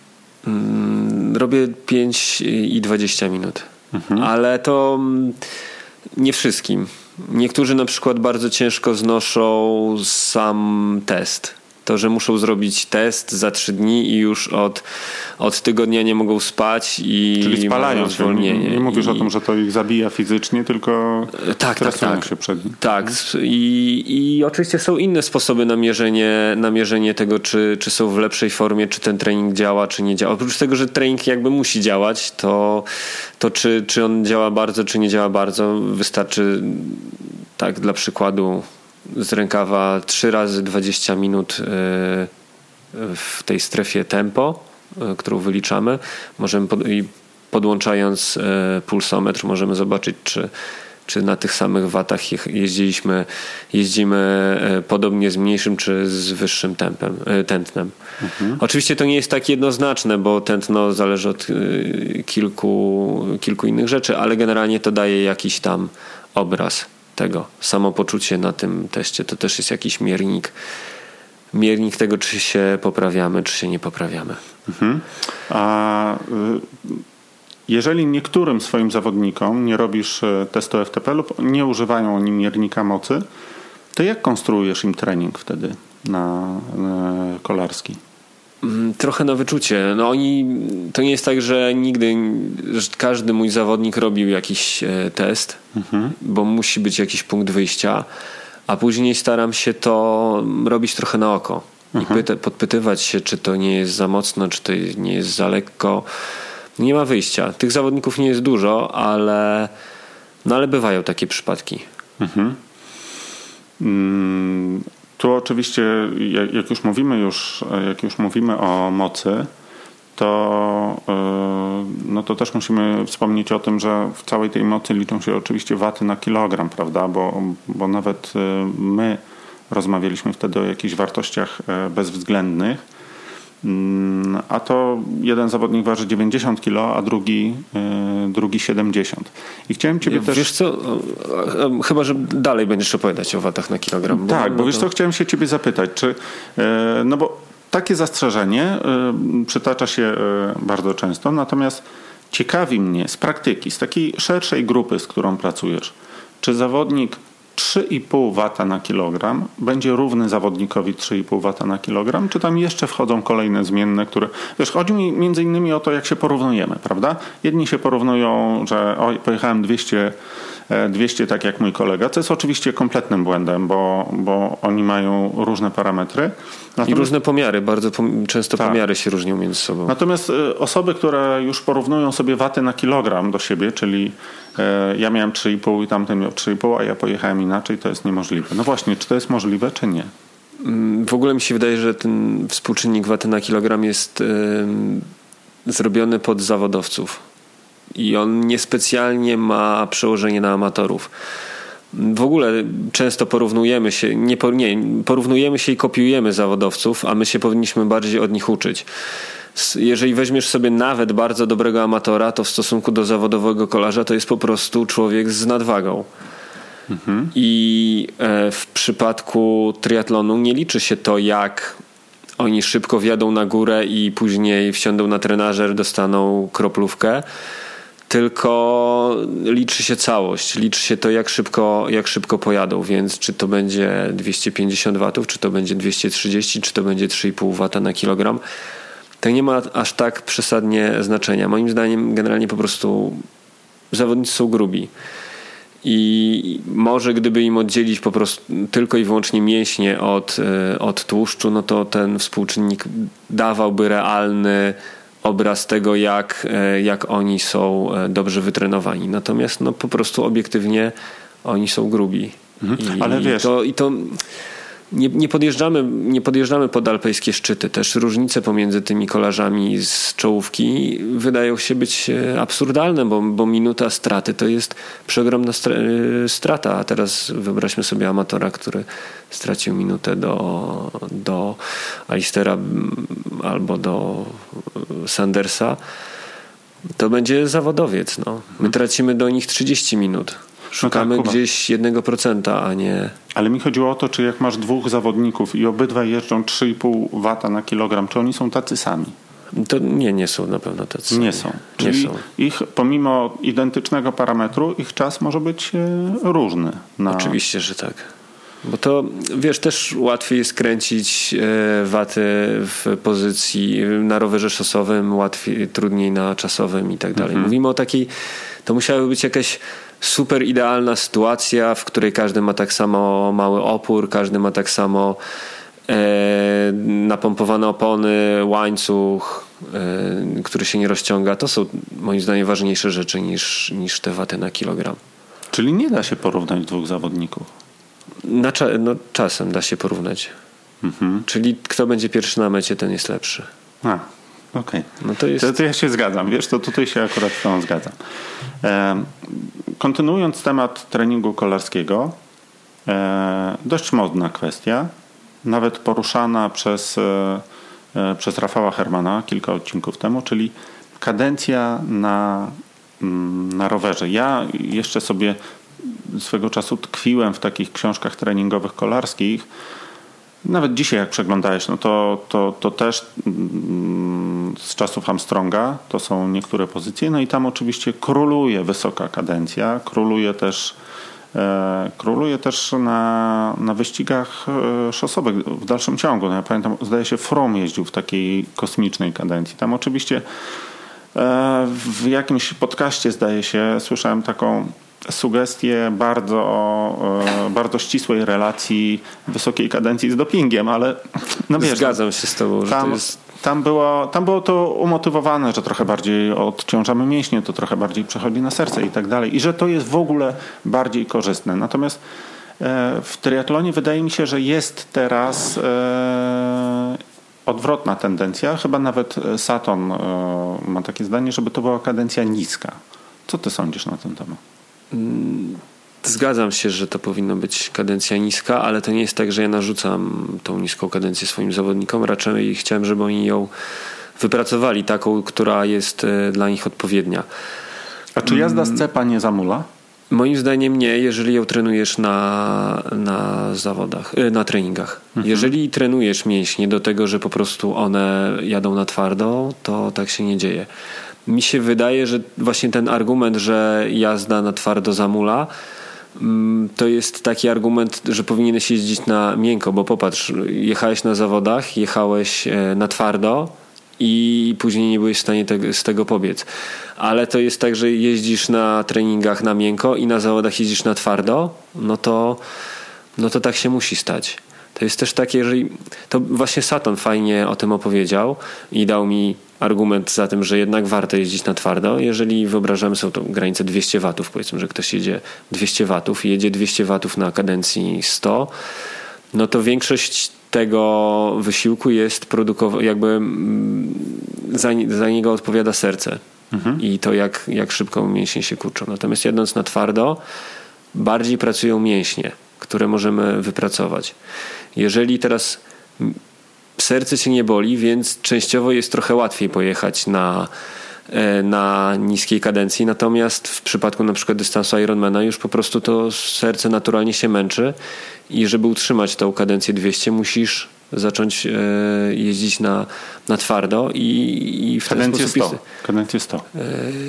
Mm, robię pięć i dwadzieścia minut. Mhm. Ale to nie wszystkim. Niektórzy na przykład bardzo ciężko znoszą sam test. To, że muszą zrobić test za trzy dni i już od, od tygodnia nie mogą spać i czyli spalają się. Nie, nie mówisz I... o tym, że to ich zabija fizycznie, tylko tak, tak, tak. się przed nim. Tak. I, i oczywiście są inne sposoby na mierzenie, na mierzenie tego, czy, czy są w lepszej formie, czy ten trening działa, czy nie działa. Oprócz tego, że trening jakby musi działać, to, to czy, czy on działa bardzo, czy nie działa bardzo, wystarczy tak dla przykładu z rękawa trzy razy dwadzieścia minut w tej strefie tempo, którą wyliczamy. Możemy pod, i podłączając pulsometr możemy zobaczyć, czy, czy na tych samych watach jeździliśmy, jeździmy podobnie z mniejszym czy z wyższym tempem, tętnem. Mhm. Oczywiście to nie jest tak jednoznaczne, bo tętno zależy od kilku, kilku innych rzeczy, ale generalnie to daje jakiś tam obraz tego. Samopoczucie na tym teście to też jest jakiś miernik miernik tego, czy się poprawiamy, czy się nie poprawiamy. Mhm. A y, jeżeli niektórym swoim zawodnikom nie robisz testu F T P lub nie używają oni miernika mocy, to jak konstruujesz im trening wtedy na, na kolarski? Trochę na wyczucie. No oni, to nie jest tak, że nigdy, że każdy mój zawodnik robił jakiś test, mhm. bo musi być jakiś punkt wyjścia, a później staram się to robić trochę na oko i mhm. pyta, podpytywać się, czy to nie jest za mocno, czy to nie jest za lekko. Nie ma wyjścia. Tych zawodników nie jest dużo, ale, no ale bywają takie przypadki. Mhm. Mm. Tu oczywiście, jak już mówimy już, jak już mówimy o mocy, to, no to też musimy wspomnieć o tym, że w całej tej mocy liczą się oczywiście waty na kilogram, prawda? Bo, bo nawet my rozmawialiśmy wtedy o jakichś wartościach bezwzględnych, a to jeden zawodnik waży dziewięćdziesiąt kilo, a drugi, drugi siedemdziesiąt. I chciałem ciebie Wiesz też... Wiesz co, chyba, że dalej będziesz opowiadać o watach na kilogram. Bo tak, bo no wiesz to... co, chciałem się ciebie zapytać, czy, no bo takie zastrzeżenie przytacza się bardzo często, natomiast ciekawi mnie z praktyki, z takiej szerszej grupy, z którą pracujesz, czy zawodnik trzy i pół wata na kilogram będzie równy zawodnikowi trzy i pół wata na kilogram, czy tam jeszcze wchodzą kolejne zmienne, które... Wiesz, chodzi mi między innymi o to, jak się porównujemy, prawda? Jedni się porównują, że oj, pojechałem dwieście, dwieście tak jak mój kolega, co jest oczywiście kompletnym błędem, bo, bo oni mają różne parametry. Natomiast... I różne pomiary, bardzo pom- często tak. pomiary się różnią między sobą. Natomiast osoby, które już porównują sobie waty na kilogram do siebie, czyli ja miałem trzy i pół i tamten miał trzy i pół, a ja pojechałem inaczej, to jest niemożliwe. No właśnie, czy to jest możliwe, czy nie? W ogóle mi się wydaje, że ten współczynnik waty na kilogram jest yy, zrobiony pod zawodowców i on niespecjalnie ma przełożenie na amatorów. W ogóle często porównujemy się, nie, nie, porównujemy się i kopiujemy zawodowców, a my się powinniśmy bardziej od nich uczyć. Jeżeli weźmiesz sobie nawet bardzo dobrego amatora, to w stosunku do zawodowego kolarza to jest po prostu człowiek z nadwagą. Mhm. I w przypadku triatlonu nie liczy się to, jak oni szybko wjadą na górę i później wsiądą na trenażer, dostaną kroplówkę, tylko liczy się całość, liczy się to, jak szybko, jak szybko pojadą, więc czy to będzie dwieście pięćdziesiąt watów, czy to będzie dwieście trzydzieści, czy to będzie trzy i pół wata na kilogram, to nie ma aż tak przesadnie znaczenia. Moim zdaniem generalnie po prostu zawodnicy są grubi i może gdyby im oddzielić po prostu tylko i wyłącznie mięśnie od, od tłuszczu, no to ten współczynnik dawałby realny obraz tego, jak, jak oni są dobrze wytrenowani. Natomiast no, po prostu obiektywnie oni są grubi. Mhm. I, Ale wiesz... I to, i to nie, nie, podjeżdżamy, nie podjeżdżamy pod alpejskie szczyty. Też różnice pomiędzy tymi kolarzami z czołówki wydają się być absurdalne, bo, bo minuta straty to jest przeogromna strata. A teraz wyobraźmy sobie amatora, który stracił minutę do, do Alistera albo do Sandersa. To będzie zawodowiec. No. My tracimy do nich trzydzieści minut. Szukamy no tak, gdzieś jednego procenta, a nie... Ale mi chodziło o to, czy jak masz dwóch zawodników i obydwaj jeżdżą trzy i pół wata na kilogram, czy oni są tacy sami? To nie, nie są na pewno tacy sami. Nie są. Czyli nie są. Ich, pomimo identycznego parametru, ich czas może być różny. Na... Oczywiście, że tak. Bo to, wiesz, też łatwiej jest kręcić waty w pozycji na rowerze szosowym, łatwiej, trudniej na czasowym i tak dalej. Mhm. Mówimy o takiej, to musiałaby być jakaś super idealna sytuacja, w której każdy ma tak samo mały opór, każdy ma tak samo e, napompowane opony, łańcuch, e, który się nie rozciąga. To są moim zdaniem ważniejsze rzeczy niż, niż te waty na kilogram. Czyli nie da się porównać dwóch zawodników? Na cza- no, czasem da się porównać. Mhm. Czyli kto będzie pierwszy na mecie, ten jest lepszy. A, okej. Okay. No to, jest... to, to ja się zgadzam. Wiesz, to tutaj się akurat z tą zgadzam. E, kontynuując temat treningu kolarskiego, e, dość modna kwestia, nawet poruszana przez, e, przez Rafała Hermana kilka odcinków temu, czyli kadencja na, na rowerze. Ja jeszcze sobie swego czasu tkwiłem w takich książkach treningowych kolarskich, nawet dzisiaj jak przeglądałeś, no to, to, to też z czasów Armstronga to są niektóre pozycje, no i tam oczywiście króluje wysoka kadencja, króluje też e, króluje też na, na wyścigach szosowych w dalszym ciągu. No ja pamiętam, zdaje się Froome jeździł w takiej kosmicznej kadencji. Tam oczywiście e, w jakimś podcaście, zdaje się, słyszałem taką sugestie bardzo, bardzo ścisłej relacji wysokiej kadencji z dopingiem, ale no wiesz, zgadzam się z tobą, że tam, to jest... tam, było, tam było to umotywowane, że trochę bardziej odciążamy mięśnie, to trochę bardziej przechodzi na serce i tak dalej i że to jest w ogóle bardziej korzystne. Natomiast w triatlonie wydaje mi się, że jest teraz odwrotna tendencja. Chyba nawet Sutton ma takie zdanie, żeby to była kadencja niska. Co ty sądzisz na ten temat? Zgadzam się, że to powinno być kadencja niska, ale to nie jest tak, że ja narzucam tą niską kadencję swoim zawodnikom. Raczej chciałem, żeby oni ją wypracowali taką, która jest dla nich odpowiednia. A czy jazda z cepa nie zamula? Moim zdaniem nie, jeżeli ją trenujesz na, na zawodach, na treningach. Mhm. Jeżeli trenujesz mięśnie do tego, że po prostu one jadą na twardo, to tak się nie dzieje. Mi się wydaje, że właśnie ten argument, że jazda na twardo zamula, to jest taki argument, że powinieneś jeździć na miękko, bo popatrz, jechałeś na zawodach, jechałeś na twardo i później nie byłeś w stanie te, z tego pobiec. Ale to jest tak, że jeździsz na treningach na miękko i na zawodach jeździsz na twardo, no to, no to tak się musi stać. To jest też takie, jeżeli to właśnie Sutton fajnie o tym opowiedział i dał mi argument za tym, że jednak warto jeździć na twardo. Jeżeli wyobrażamy sobie tą granicę dwieście watów, powiedzmy, że ktoś jedzie dwieście watów i jedzie dwieście watów na kadencji sto, no to większość tego wysiłku jest produkowa- jakby za, za niego odpowiada serce mhm. i to jak, jak szybko mięśnie się kurczą. Natomiast jadąc na twardo bardziej pracują mięśnie, które możemy wypracować. Jeżeli teraz serce cię nie boli, więc częściowo jest trochę łatwiej pojechać na, na niskiej kadencji, natomiast w przypadku na przykład dystansu Ironmana już po prostu to serce naturalnie się męczy i żeby utrzymać tą kadencję dwieście musisz zacząć e, jeździć na, na twardo i, i w ten kadencję sposób... sto. Kadencję sto. E,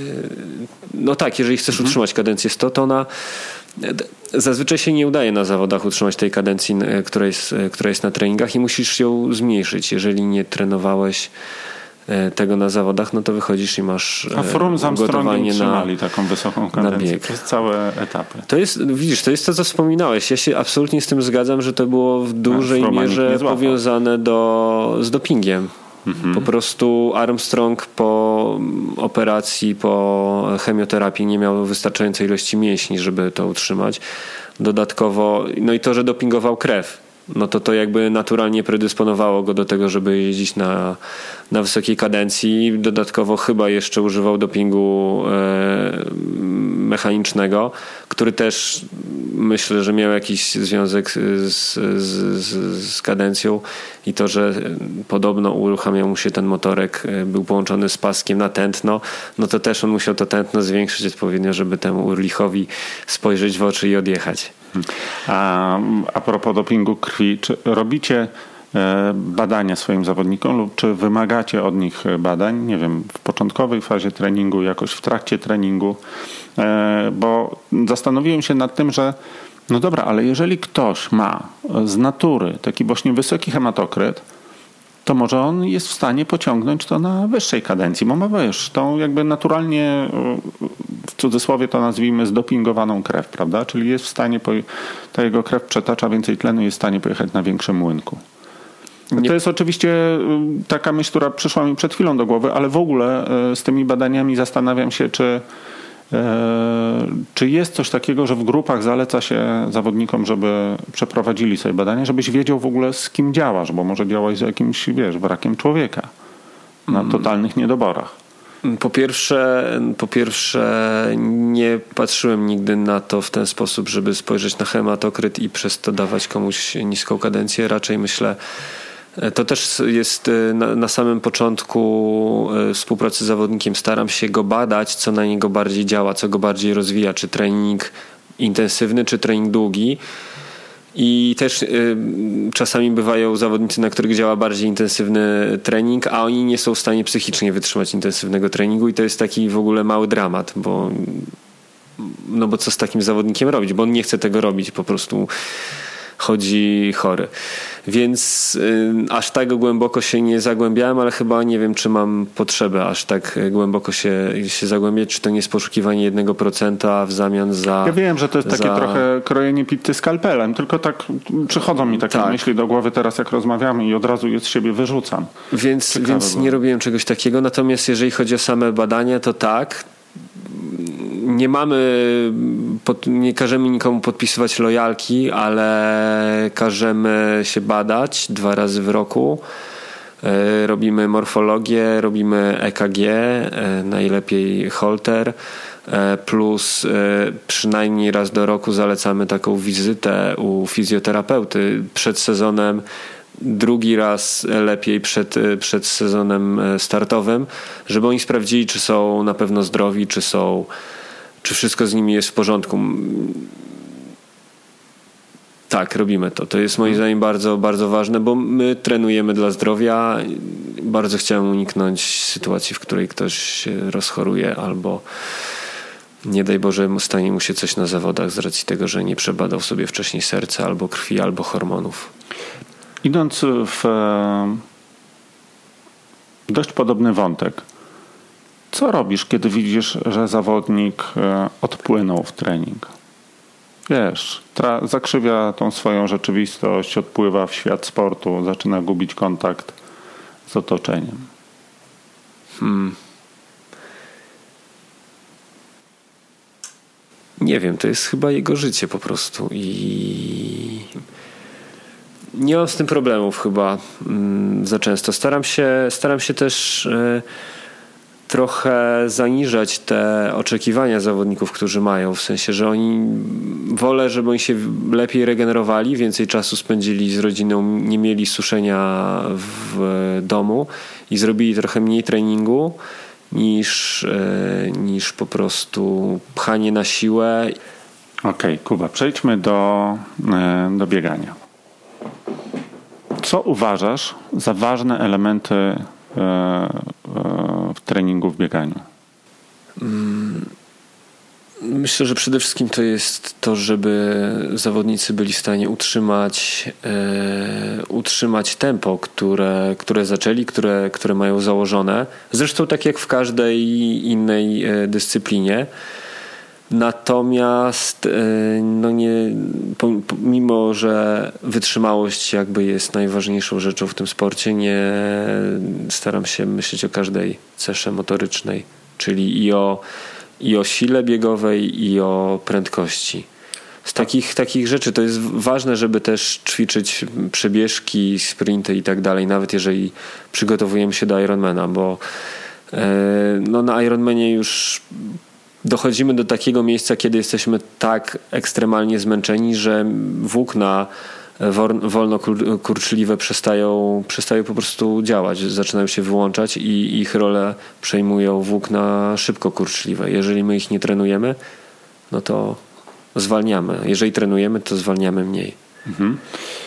no tak, jeżeli chcesz mhm. utrzymać kadencję sto, to ona zazwyczaj się nie udaje na zawodach utrzymać tej kadencji, która jest, która jest na treningach i musisz ją zmniejszyć. Jeżeli nie trenowałeś tego na zawodach, no to wychodzisz i masz A Froome z Armstrongiem trzymali na, taką wysoką kadencję przez całe etapy. To jest, widzisz, to jest to, co wspominałeś. Ja się absolutnie z tym zgadzam, że to było w dużej mierze powiązane do, z dopingiem. Mhm. Po prostu Armstrong po operacji, po chemioterapii nie miał wystarczającej ilości mięśni, żeby to utrzymać. Dodatkowo, no i to, że dopingował krew, no to to jakby naturalnie predysponowało go do tego, żeby jeździć na, na wysokiej kadencji. Dodatkowo chyba jeszcze używał dopingu e, mechanicznego, który też myślę, że miał jakiś związek z, z, z, z kadencją i to, że podobno uruchamiał mu się ten motorek, był połączony z paskiem na tętno, no to też on musiał to tętno zwiększyć odpowiednio, żeby temu Urlichowi spojrzeć w oczy i odjechać. A, a propos dopingu krwi, czy robicie badania swoim zawodnikom lub czy wymagacie od nich badań, nie wiem, w początkowej fazie treningu, jakoś w trakcie treningu, bo zastanowiłem się nad tym, że no dobra, ale jeżeli ktoś ma z natury taki właśnie wysoki hematokryt, to może on jest w stanie pociągnąć to na wyższej kadencji, bo ma wiesz, tą jakby naturalnie, w cudzysłowie to nazwijmy, zdopingowaną krew, prawda? Czyli jest w stanie, ta jego krew przetacza więcej tlenu i jest w stanie pojechać na większym młynku. Nie. To jest oczywiście taka myśl, która przyszła mi przed chwilą do głowy, ale w ogóle z tymi badaniami zastanawiam się, czy czy jest coś takiego, że w grupach zaleca się zawodnikom, żeby przeprowadzili sobie badania, żebyś wiedział w ogóle z kim działasz, bo może działać z jakimś, wiesz, brakiem człowieka na totalnych niedoborach. Po pierwsze, po pierwsze nie patrzyłem nigdy na to w ten sposób, żeby spojrzeć na hematokryt i przez to dawać komuś niską kadencję. Raczej myślę, to też jest na, na samym początku współpracy z zawodnikiem. Staram się go badać, co na niego bardziej działa, co go bardziej rozwija, czy trening intensywny, czy trening długi. I też y, czasami bywają zawodnicy, na których działa bardziej intensywny trening, a oni nie są w stanie psychicznie wytrzymać intensywnego treningu i to jest taki w ogóle mały dramat, bo no bo co z takim zawodnikiem robić, bo on nie chce tego robić, po prostu chodzi chory. Więc y, aż tak głęboko się nie zagłębiałem, ale chyba nie wiem, czy mam potrzebę aż tak głęboko się, się zagłębiać, czy to nie jest poszukiwanie jednego procenta w zamian za... Ja wiem, że to jest za... takie trochę krojenie pizzy skalpelem, tylko tak przychodzą mi takie tak. myśli do głowy teraz, jak rozmawiamy i od razu je z siebie wyrzucam. Więc, więc nie robiłem czegoś takiego, natomiast jeżeli chodzi o same badania, to tak. Nie mamy, nie każemy nikomu podpisywać lojalki, ale każemy się badać dwa razy w roku. Robimy morfologię, robimy E K G, najlepiej Holter, plus przynajmniej raz do roku zalecamy taką wizytę u fizjoterapeuty przed sezonem. Drugi raz lepiej przed, przed sezonem startowym, żeby oni sprawdzili, czy są na pewno zdrowi, czy są, czy wszystko z nimi jest w porządku. Tak, robimy to. To jest moim zdaniem bardzo, bardzo ważne, bo my trenujemy dla zdrowia. Bardzo chciałem uniknąć sytuacji, w której ktoś się rozchoruje albo nie daj Boże stanie mu się coś na zawodach z racji tego, że nie przebadał sobie wcześniej serca albo krwi, albo hormonów. Idąc w dość podobny wątek, co robisz, kiedy widzisz, że zawodnik odpłynął w trening? Wiesz, tra- zakrzywia tą swoją rzeczywistość, odpływa w świat sportu, zaczyna gubić kontakt z otoczeniem. Hmm. Nie wiem, to jest chyba jego życie po prostu i nie mam z tym problemów chyba mm, za często. Staram się, staram się też y, trochę zaniżać te oczekiwania zawodników, którzy mają, w sensie, że oni wolę, żeby oni się lepiej regenerowali, więcej czasu spędzili z rodziną, nie mieli suszenia w domu i zrobili trochę mniej treningu niż, y, niż po prostu pchanie na siłę. Okej, okay, Kuba, przejdźmy do, y, do biegania. Co uważasz za ważne elementy w treningu w bieganiu? Myślę, że przede wszystkim to jest to, żeby zawodnicy byli w stanie utrzymać, e, utrzymać tempo, które, które zaczęli, które, które mają założone. Zresztą tak jak w każdej innej dyscyplinie. Natomiast no nie, mimo że wytrzymałość jakby jest najważniejszą rzeczą w tym sporcie, nie staram się myśleć o każdej cesze motorycznej, czyli i o, i o sile biegowej, i o prędkości. Z takich, takich rzeczy to jest ważne, żeby też ćwiczyć przebieżki, sprinty i tak dalej, nawet jeżeli przygotowujemy się do Ironmana, bo no na Ironmanie już dochodzimy do takiego miejsca, kiedy jesteśmy tak ekstremalnie zmęczeni, że włókna wolnokurczliwe przestają, przestają po prostu działać, zaczynają się wyłączać i ich rolę przejmują włókna szybkokurczliwe. Jeżeli my ich nie trenujemy, no to zwalniamy. Jeżeli trenujemy, to zwalniamy mniej. Mhm.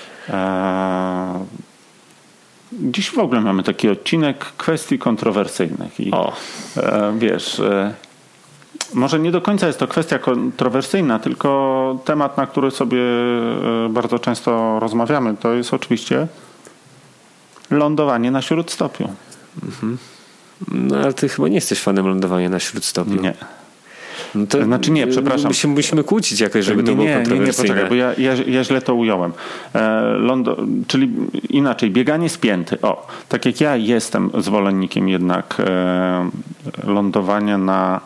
Eee, dziś w ogóle mamy taki odcinek kwestii kontrowersyjnych. I, o. E, wiesz... E, Może nie do końca jest to kwestia kontrowersyjna, tylko temat, na który sobie bardzo często rozmawiamy, to jest oczywiście lądowanie na śródstopiu. Mhm. No ale ty chyba nie jesteś fanem lądowania na śródstopiu. Nie. No to znaczy nie, przepraszam. Musimy, musimy kłócić jakoś, żeby nie, to było nie, kontrowersyjne. Nie, nie, poczekaj, bo ja, ja, ja źle to ująłem. E, lądo, czyli inaczej, bieganie spięty. O, tak jak ja jestem zwolennikiem jednak e, lądowania na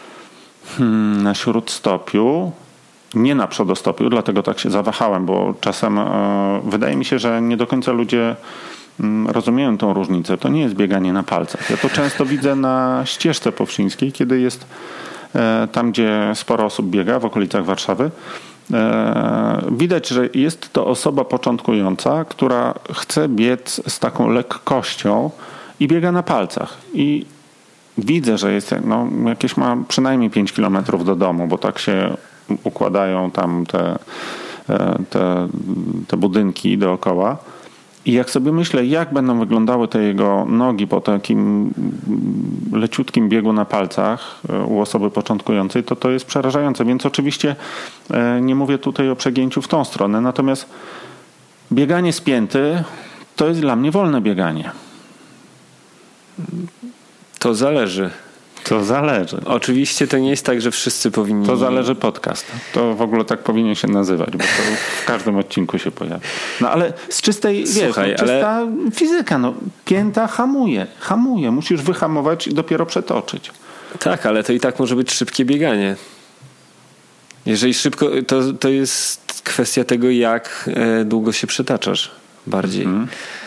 na śródstopiu, nie na przodostopiu, dlatego tak się zawahałem, bo czasem e, wydaje mi się, że nie do końca ludzie m, rozumieją tą różnicę. To nie jest bieganie na palcach. Ja to często widzę na ścieżce powsińskiej, kiedy jest e, tam, gdzie sporo osób biega, w okolicach Warszawy. E, widać, że jest to osoba początkująca, która chce biec z taką lekkością i biega na palcach. I widzę, że jest, no, jakieś ma przynajmniej pięć kilometrów do domu, bo tak się układają tam te te, te budynki dookoła. I jak sobie myślę, jak będą wyglądały te jego nogi po takim leciutkim biegu na palcach u osoby początkującej, to to jest przerażające. Więc oczywiście nie mówię tutaj o przegięciu w tą stronę, natomiast bieganie spięty to jest dla mnie wolne bieganie. To zależy. To zależy. Oczywiście to nie jest tak, że wszyscy powinni... To zależy podcast. To w ogóle tak powinien się nazywać, bo to w każdym odcinku się pojawia. No ale z czystej, Słuchaj, wiesz, no, czysta ale... fizyka, no pięta hamuje, hamuje. Musisz wyhamować i dopiero przetoczyć. Tak, ale to i tak może być szybkie bieganie. Jeżeli szybko, to, to jest kwestia tego, jak długo się przetaczasz bardziej. Hmm.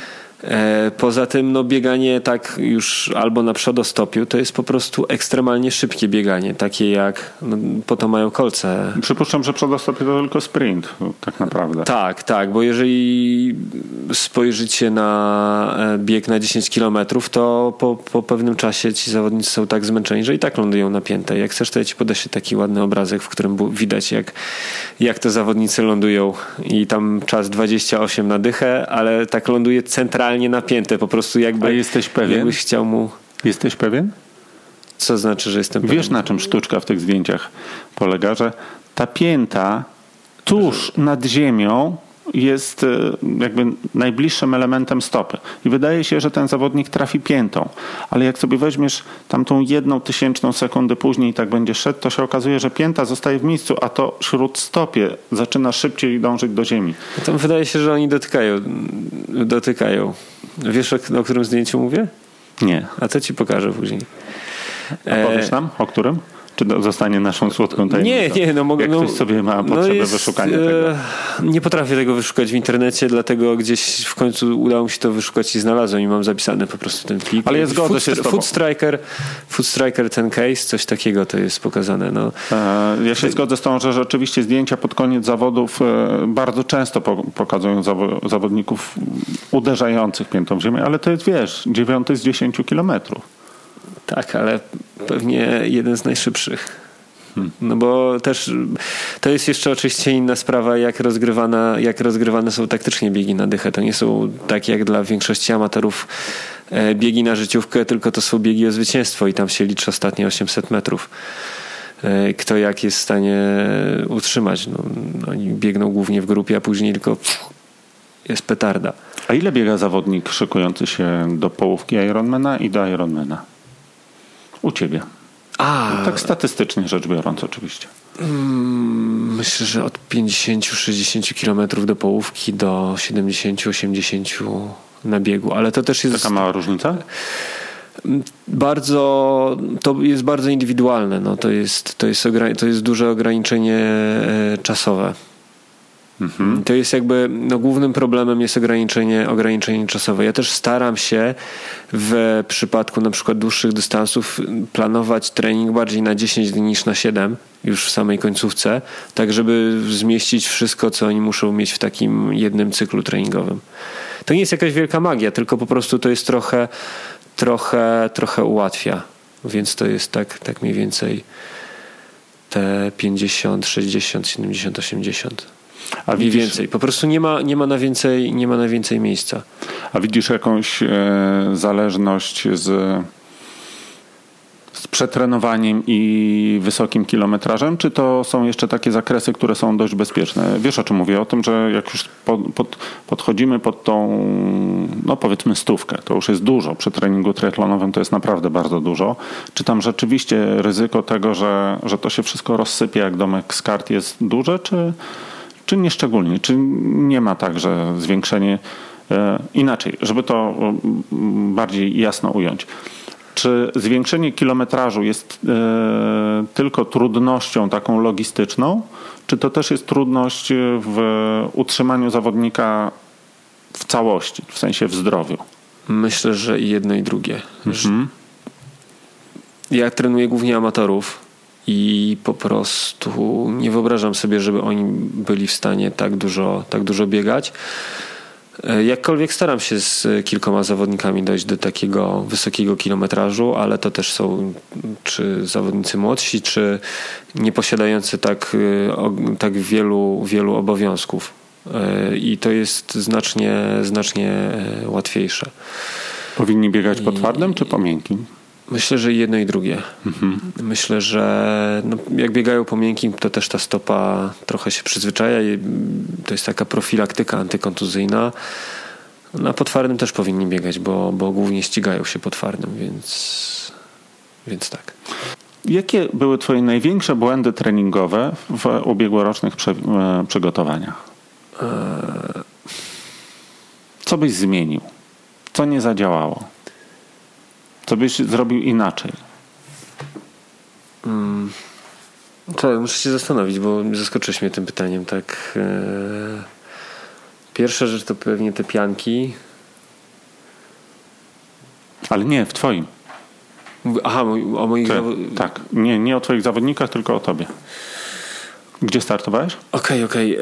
Poza tym no, bieganie tak już albo na przodostopiu to jest po prostu ekstremalnie szybkie bieganie, takie jak no, po to mają kolce. Przypuszczam, że przodostopiu to tylko sprint tak naprawdę. Tak, tak, bo jeżeli spojrzycie na bieg na dziesięć kilometrów, to po, po pewnym czasie ci zawodnicy są tak zmęczeni, że i tak lądują na piętę. Jak chcesz, to ja ci podeślę taki ładny obrazek, w którym widać jak, jak to zawodnicy lądują i tam czas dwadzieścia osiem na dychę, ale tak ląduje centralnie napięte, po prostu jakby... A jesteś pewien? Jakbyś chciał mu... Jesteś pewien? Co znaczy, że jestem pewien? Wiesz, na czym sztuczka w tych zdjęciach polega, że ta pięta tuż nad ziemią jest jakby najbliższym elementem stopy. I wydaje się, że ten zawodnik trafi piętą. Ale jak sobie weźmiesz tamtą jedną tysięczną sekundy później i tak będzie szedł, to się okazuje, że pięta zostaje w miejscu, a to śródstopie zaczyna szybciej dążyć do ziemi. Tam wydaje się, że oni dotykają. dotykają. Wiesz, o, o którym zdjęciu mówię? Nie. A to ci pokażę później. A powiesz nam, o którym? Czy to zostanie naszą słodką tajemnicą? Nie, nie. No, mogę, Jak no, ktoś sobie ma potrzebę no jest, wyszukania tego. E, nie potrafię tego wyszukać w internecie, dlatego gdzieś w końcu udało mi się to wyszukać i znalazłem i mam zapisany po prostu ten plik. Ale ja zgodzę Food, się z tobą. Food Striker, Food Striker ten case, coś takiego to jest pokazane. No. E, ja się zgodzę z tą, że rzeczywiście zdjęcia pod koniec zawodów e, bardzo często po, pokazują zawo- zawodników uderzających piętą w ziemię, ale to jest, wiesz, dziewiąty z dziesięciu kilometrów. Tak, ale pewnie jeden z najszybszych. No bo też to jest jeszcze oczywiście inna sprawa, jak rozgrywana, jak rozgrywane są taktycznie biegi na dychę. To nie są takie jak dla większości amatorów biegi na życiówkę, tylko to są biegi o zwycięstwo i tam się liczy ostatnie osiemset metrów. Kto jak jest w stanie utrzymać. No, oni biegną głównie w grupie, a później tylko pff, jest petarda. A ile biega zawodnik szykujący się do połówki Ironmana i do Ironmana? U ciebie. A, no tak statystycznie rzecz biorąc oczywiście. Myślę, że od pięćdziesiąt do sześćdziesięciu kilometrów do połówki do siedemdziesiąt do osiemdziesięciu na biegu. Ale to też jest... Taka mała różnica? Bardzo, to jest bardzo indywidualne. No, to, jest, to, jest ogra- to jest duże ograniczenie czasowe. Mhm. To jest jakby, no głównym problemem jest ograniczenie, ograniczenie czasowe. Ja też staram się w przypadku na przykład dłuższych dystansów planować trening bardziej na dziesięć dni niż na siedem już w samej końcówce, tak żeby zmieścić wszystko, co oni muszą mieć w takim jednym cyklu treningowym. To nie jest jakaś wielka magia, tylko po prostu to jest trochę trochę, trochę ułatwia. Więc to jest tak, tak mniej więcej te pięćdziesiąt, sześćdziesiąt, siedemdziesiąt, osiemdziesiąt. A widzisz, więcej. Po prostu nie ma, nie ma na więcej, nie ma na więcej miejsca. A widzisz jakąś e, zależność z, z przetrenowaniem i wysokim kilometrażem, czy to są jeszcze takie zakresy, które są dość bezpieczne? Wiesz, o czym mówię? O tym, że jak już pod, pod, podchodzimy pod tą, no powiedzmy stówkę, to już jest dużo. Przy treningu triathlonowym to jest naprawdę bardzo dużo. Czy tam rzeczywiście ryzyko tego, że, że to się wszystko rozsypie jak domek z kart jest duże, czy... Czy nie szczególnie? Czy nie ma tak, że zwiększenie e, inaczej, żeby to bardziej jasno ująć. Czy zwiększenie kilometrażu jest e, tylko trudnością taką logistyczną, czy to też jest trudność w utrzymaniu zawodnika w całości, w sensie w zdrowiu? Myślę, że i jedno i drugie. Mhm. Ja trenuję głównie amatorów. I po prostu nie wyobrażam sobie, żeby oni byli w stanie tak dużo, tak dużo biegać. Jakkolwiek staram się z kilkoma zawodnikami dojść do takiego wysokiego kilometrażu, ale to też są czy zawodnicy młodsi, czy nie posiadający tak, tak wielu, wielu obowiązków. I to jest znacznie, znacznie łatwiejsze. Powinni biegać po twardym czy po miękkim? Myślę, że jedno i drugie. Mhm. Myślę, że no, jak biegają po miękkim, to też ta stopa trochę się przyzwyczaja i to jest taka profilaktyka antykontuzyjna. Na potwarnym też powinni biegać, bo, bo głównie ścigają się po twardym, więc, więc tak. Jakie były twoje największe błędy treningowe w ubiegłorocznych prze, e, przygotowaniach? Eee... Co byś zmienił? Co nie zadziałało? Co byś zrobił inaczej? Hmm. To muszę się zastanowić, bo zaskoczyłeś mnie tym pytaniem. Tak. Pierwsza rzecz to pewnie te pianki. Ale nie, w twoim. Aha, o moich Ty, zawo- Tak, nie, nie o twoich zawodnikach, tylko o tobie. Gdzie startowałeś? Okej, okay, okej.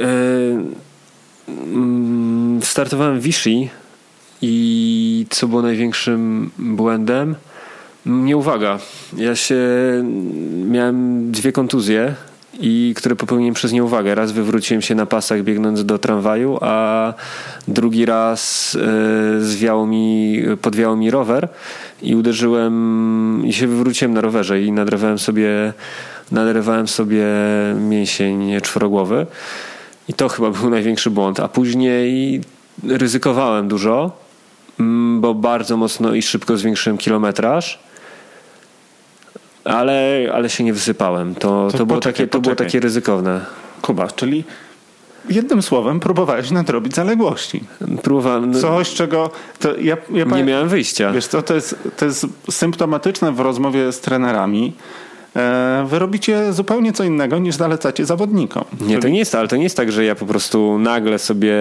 Okay. Startowałem w Vichy i co było największym błędem? Nieuwaga. Ja się miałem dwie kontuzje, i które popełniłem przez nieuwagę. Raz wywróciłem się na pasach biegnąc do tramwaju, a drugi raz e, zwiało mi, podwiało mi rower i uderzyłem i się wywróciłem na rowerze i nadrywałem sobie, nadrywałem sobie mięsień czworogłowy. I to chyba był największy błąd. A później ryzykowałem dużo, bo bardzo mocno i szybko zwiększyłem kilometraż. Ale, ale się nie wysypałem. To, to, to, było, poczekaj, takie, to było takie ryzykowne. Kuba, czyli jednym słowem próbowałeś nadrobić zaległości. Próbowałem. Coś, czego... To ja, ja nie miałem wyjścia. Wiesz co, to jest, to jest symptomatyczne w rozmowie z trenerami. E, wy robicie zupełnie co innego niż zalecacie zawodnikom. Nie, to nie jest, ale to nie jest tak, że ja po prostu nagle sobie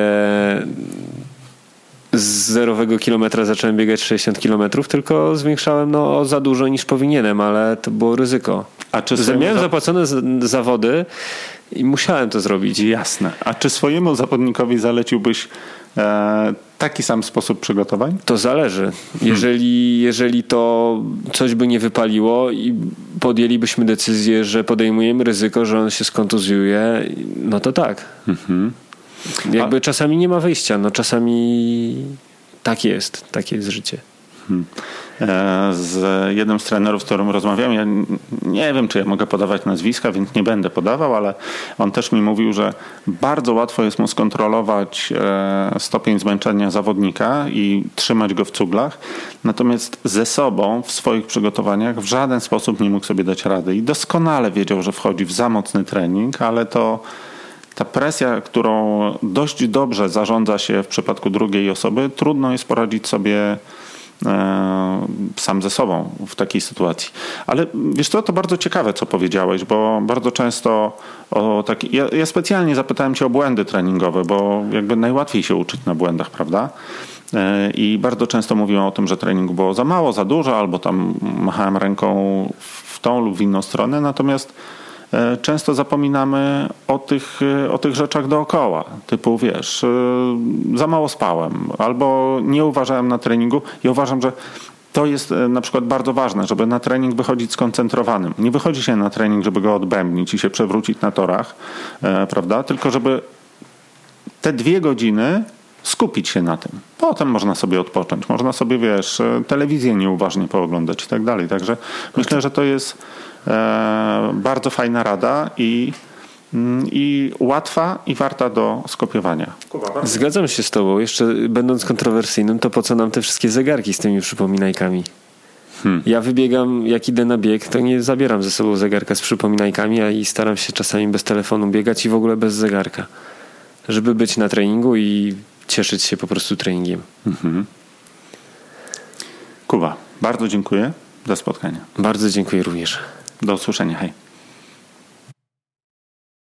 z zerowego kilometra zacząłem biegać sześćdziesiąt kilometrów, tylko zwiększałem no, za dużo niż powinienem, ale to było ryzyko. A czy miałem za... zapłacone z- zawody i musiałem to zrobić. Jasne. A czy swojemu zawodnikowi zaleciłbyś e, taki sam sposób przygotowań? To zależy. Jeżeli, hmm. jeżeli to coś by nie wypaliło i podjęlibyśmy decyzję, że podejmujemy ryzyko, że on się skontuzjuje, no to tak. Mhm. Jakby A... czasami nie ma wyjścia. No czasami tak jest. Takie jest życie. Hmm. Z jednym z trenerów, z którym rozmawiałem, ja nie wiem, czy ja mogę podawać nazwiska, więc nie będę podawał, ale on też mi mówił, że bardzo łatwo jest mu skontrolować stopień zmęczenia zawodnika i trzymać go w cuglach, natomiast ze sobą w swoich przygotowaniach w żaden sposób nie mógł sobie dać rady i doskonale wiedział, że wchodzi w za mocny trening, ale to ta presja, którą dość dobrze zarządza się w przypadku drugiej osoby, trudno jest poradzić sobie sam ze sobą w takiej sytuacji. Ale wiesz co, to bardzo ciekawe, co powiedziałeś, bo bardzo często o taki, ja, ja specjalnie zapytałem cię o błędy treningowe, bo jakby najłatwiej się uczyć na błędach, prawda? I bardzo często mówiłem o tym, że treningu było za mało, za dużo, albo tam machałem ręką w tą lub w inną stronę, natomiast często zapominamy o tych, o tych rzeczach dookoła. Typu, wiesz, za mało spałem albo nie uważałem na treningu. Ja uważam, że to jest na przykład bardzo ważne, żeby na trening wychodzić skoncentrowanym. Nie wychodzi się na trening, żeby go odbębnić i się przewrócić na torach, prawda? Tylko żeby te dwie godziny skupić się na tym. Potem można sobie odpocząć. Można sobie, wiesz, telewizję nieuważnie pooglądać i tak dalej. Także myślę, że to jest e, bardzo fajna rada i, i łatwa i warta do skopiowania. Zgadzam się z tobą. Jeszcze będąc kontrowersyjnym, to po co nam te wszystkie zegarki z tymi przypominajkami? Hmm. Ja wybiegam, jak idę na bieg, to nie zabieram ze sobą zegarka z przypominajkami, a i staram się czasami bez telefonu biegać i w ogóle bez zegarka. Żeby być na treningu i cieszyć się po prostu treningiem. Mhm. Kuba, bardzo dziękuję za spotkanie. Bardzo dziękuję również. Do usłyszenia. Hej.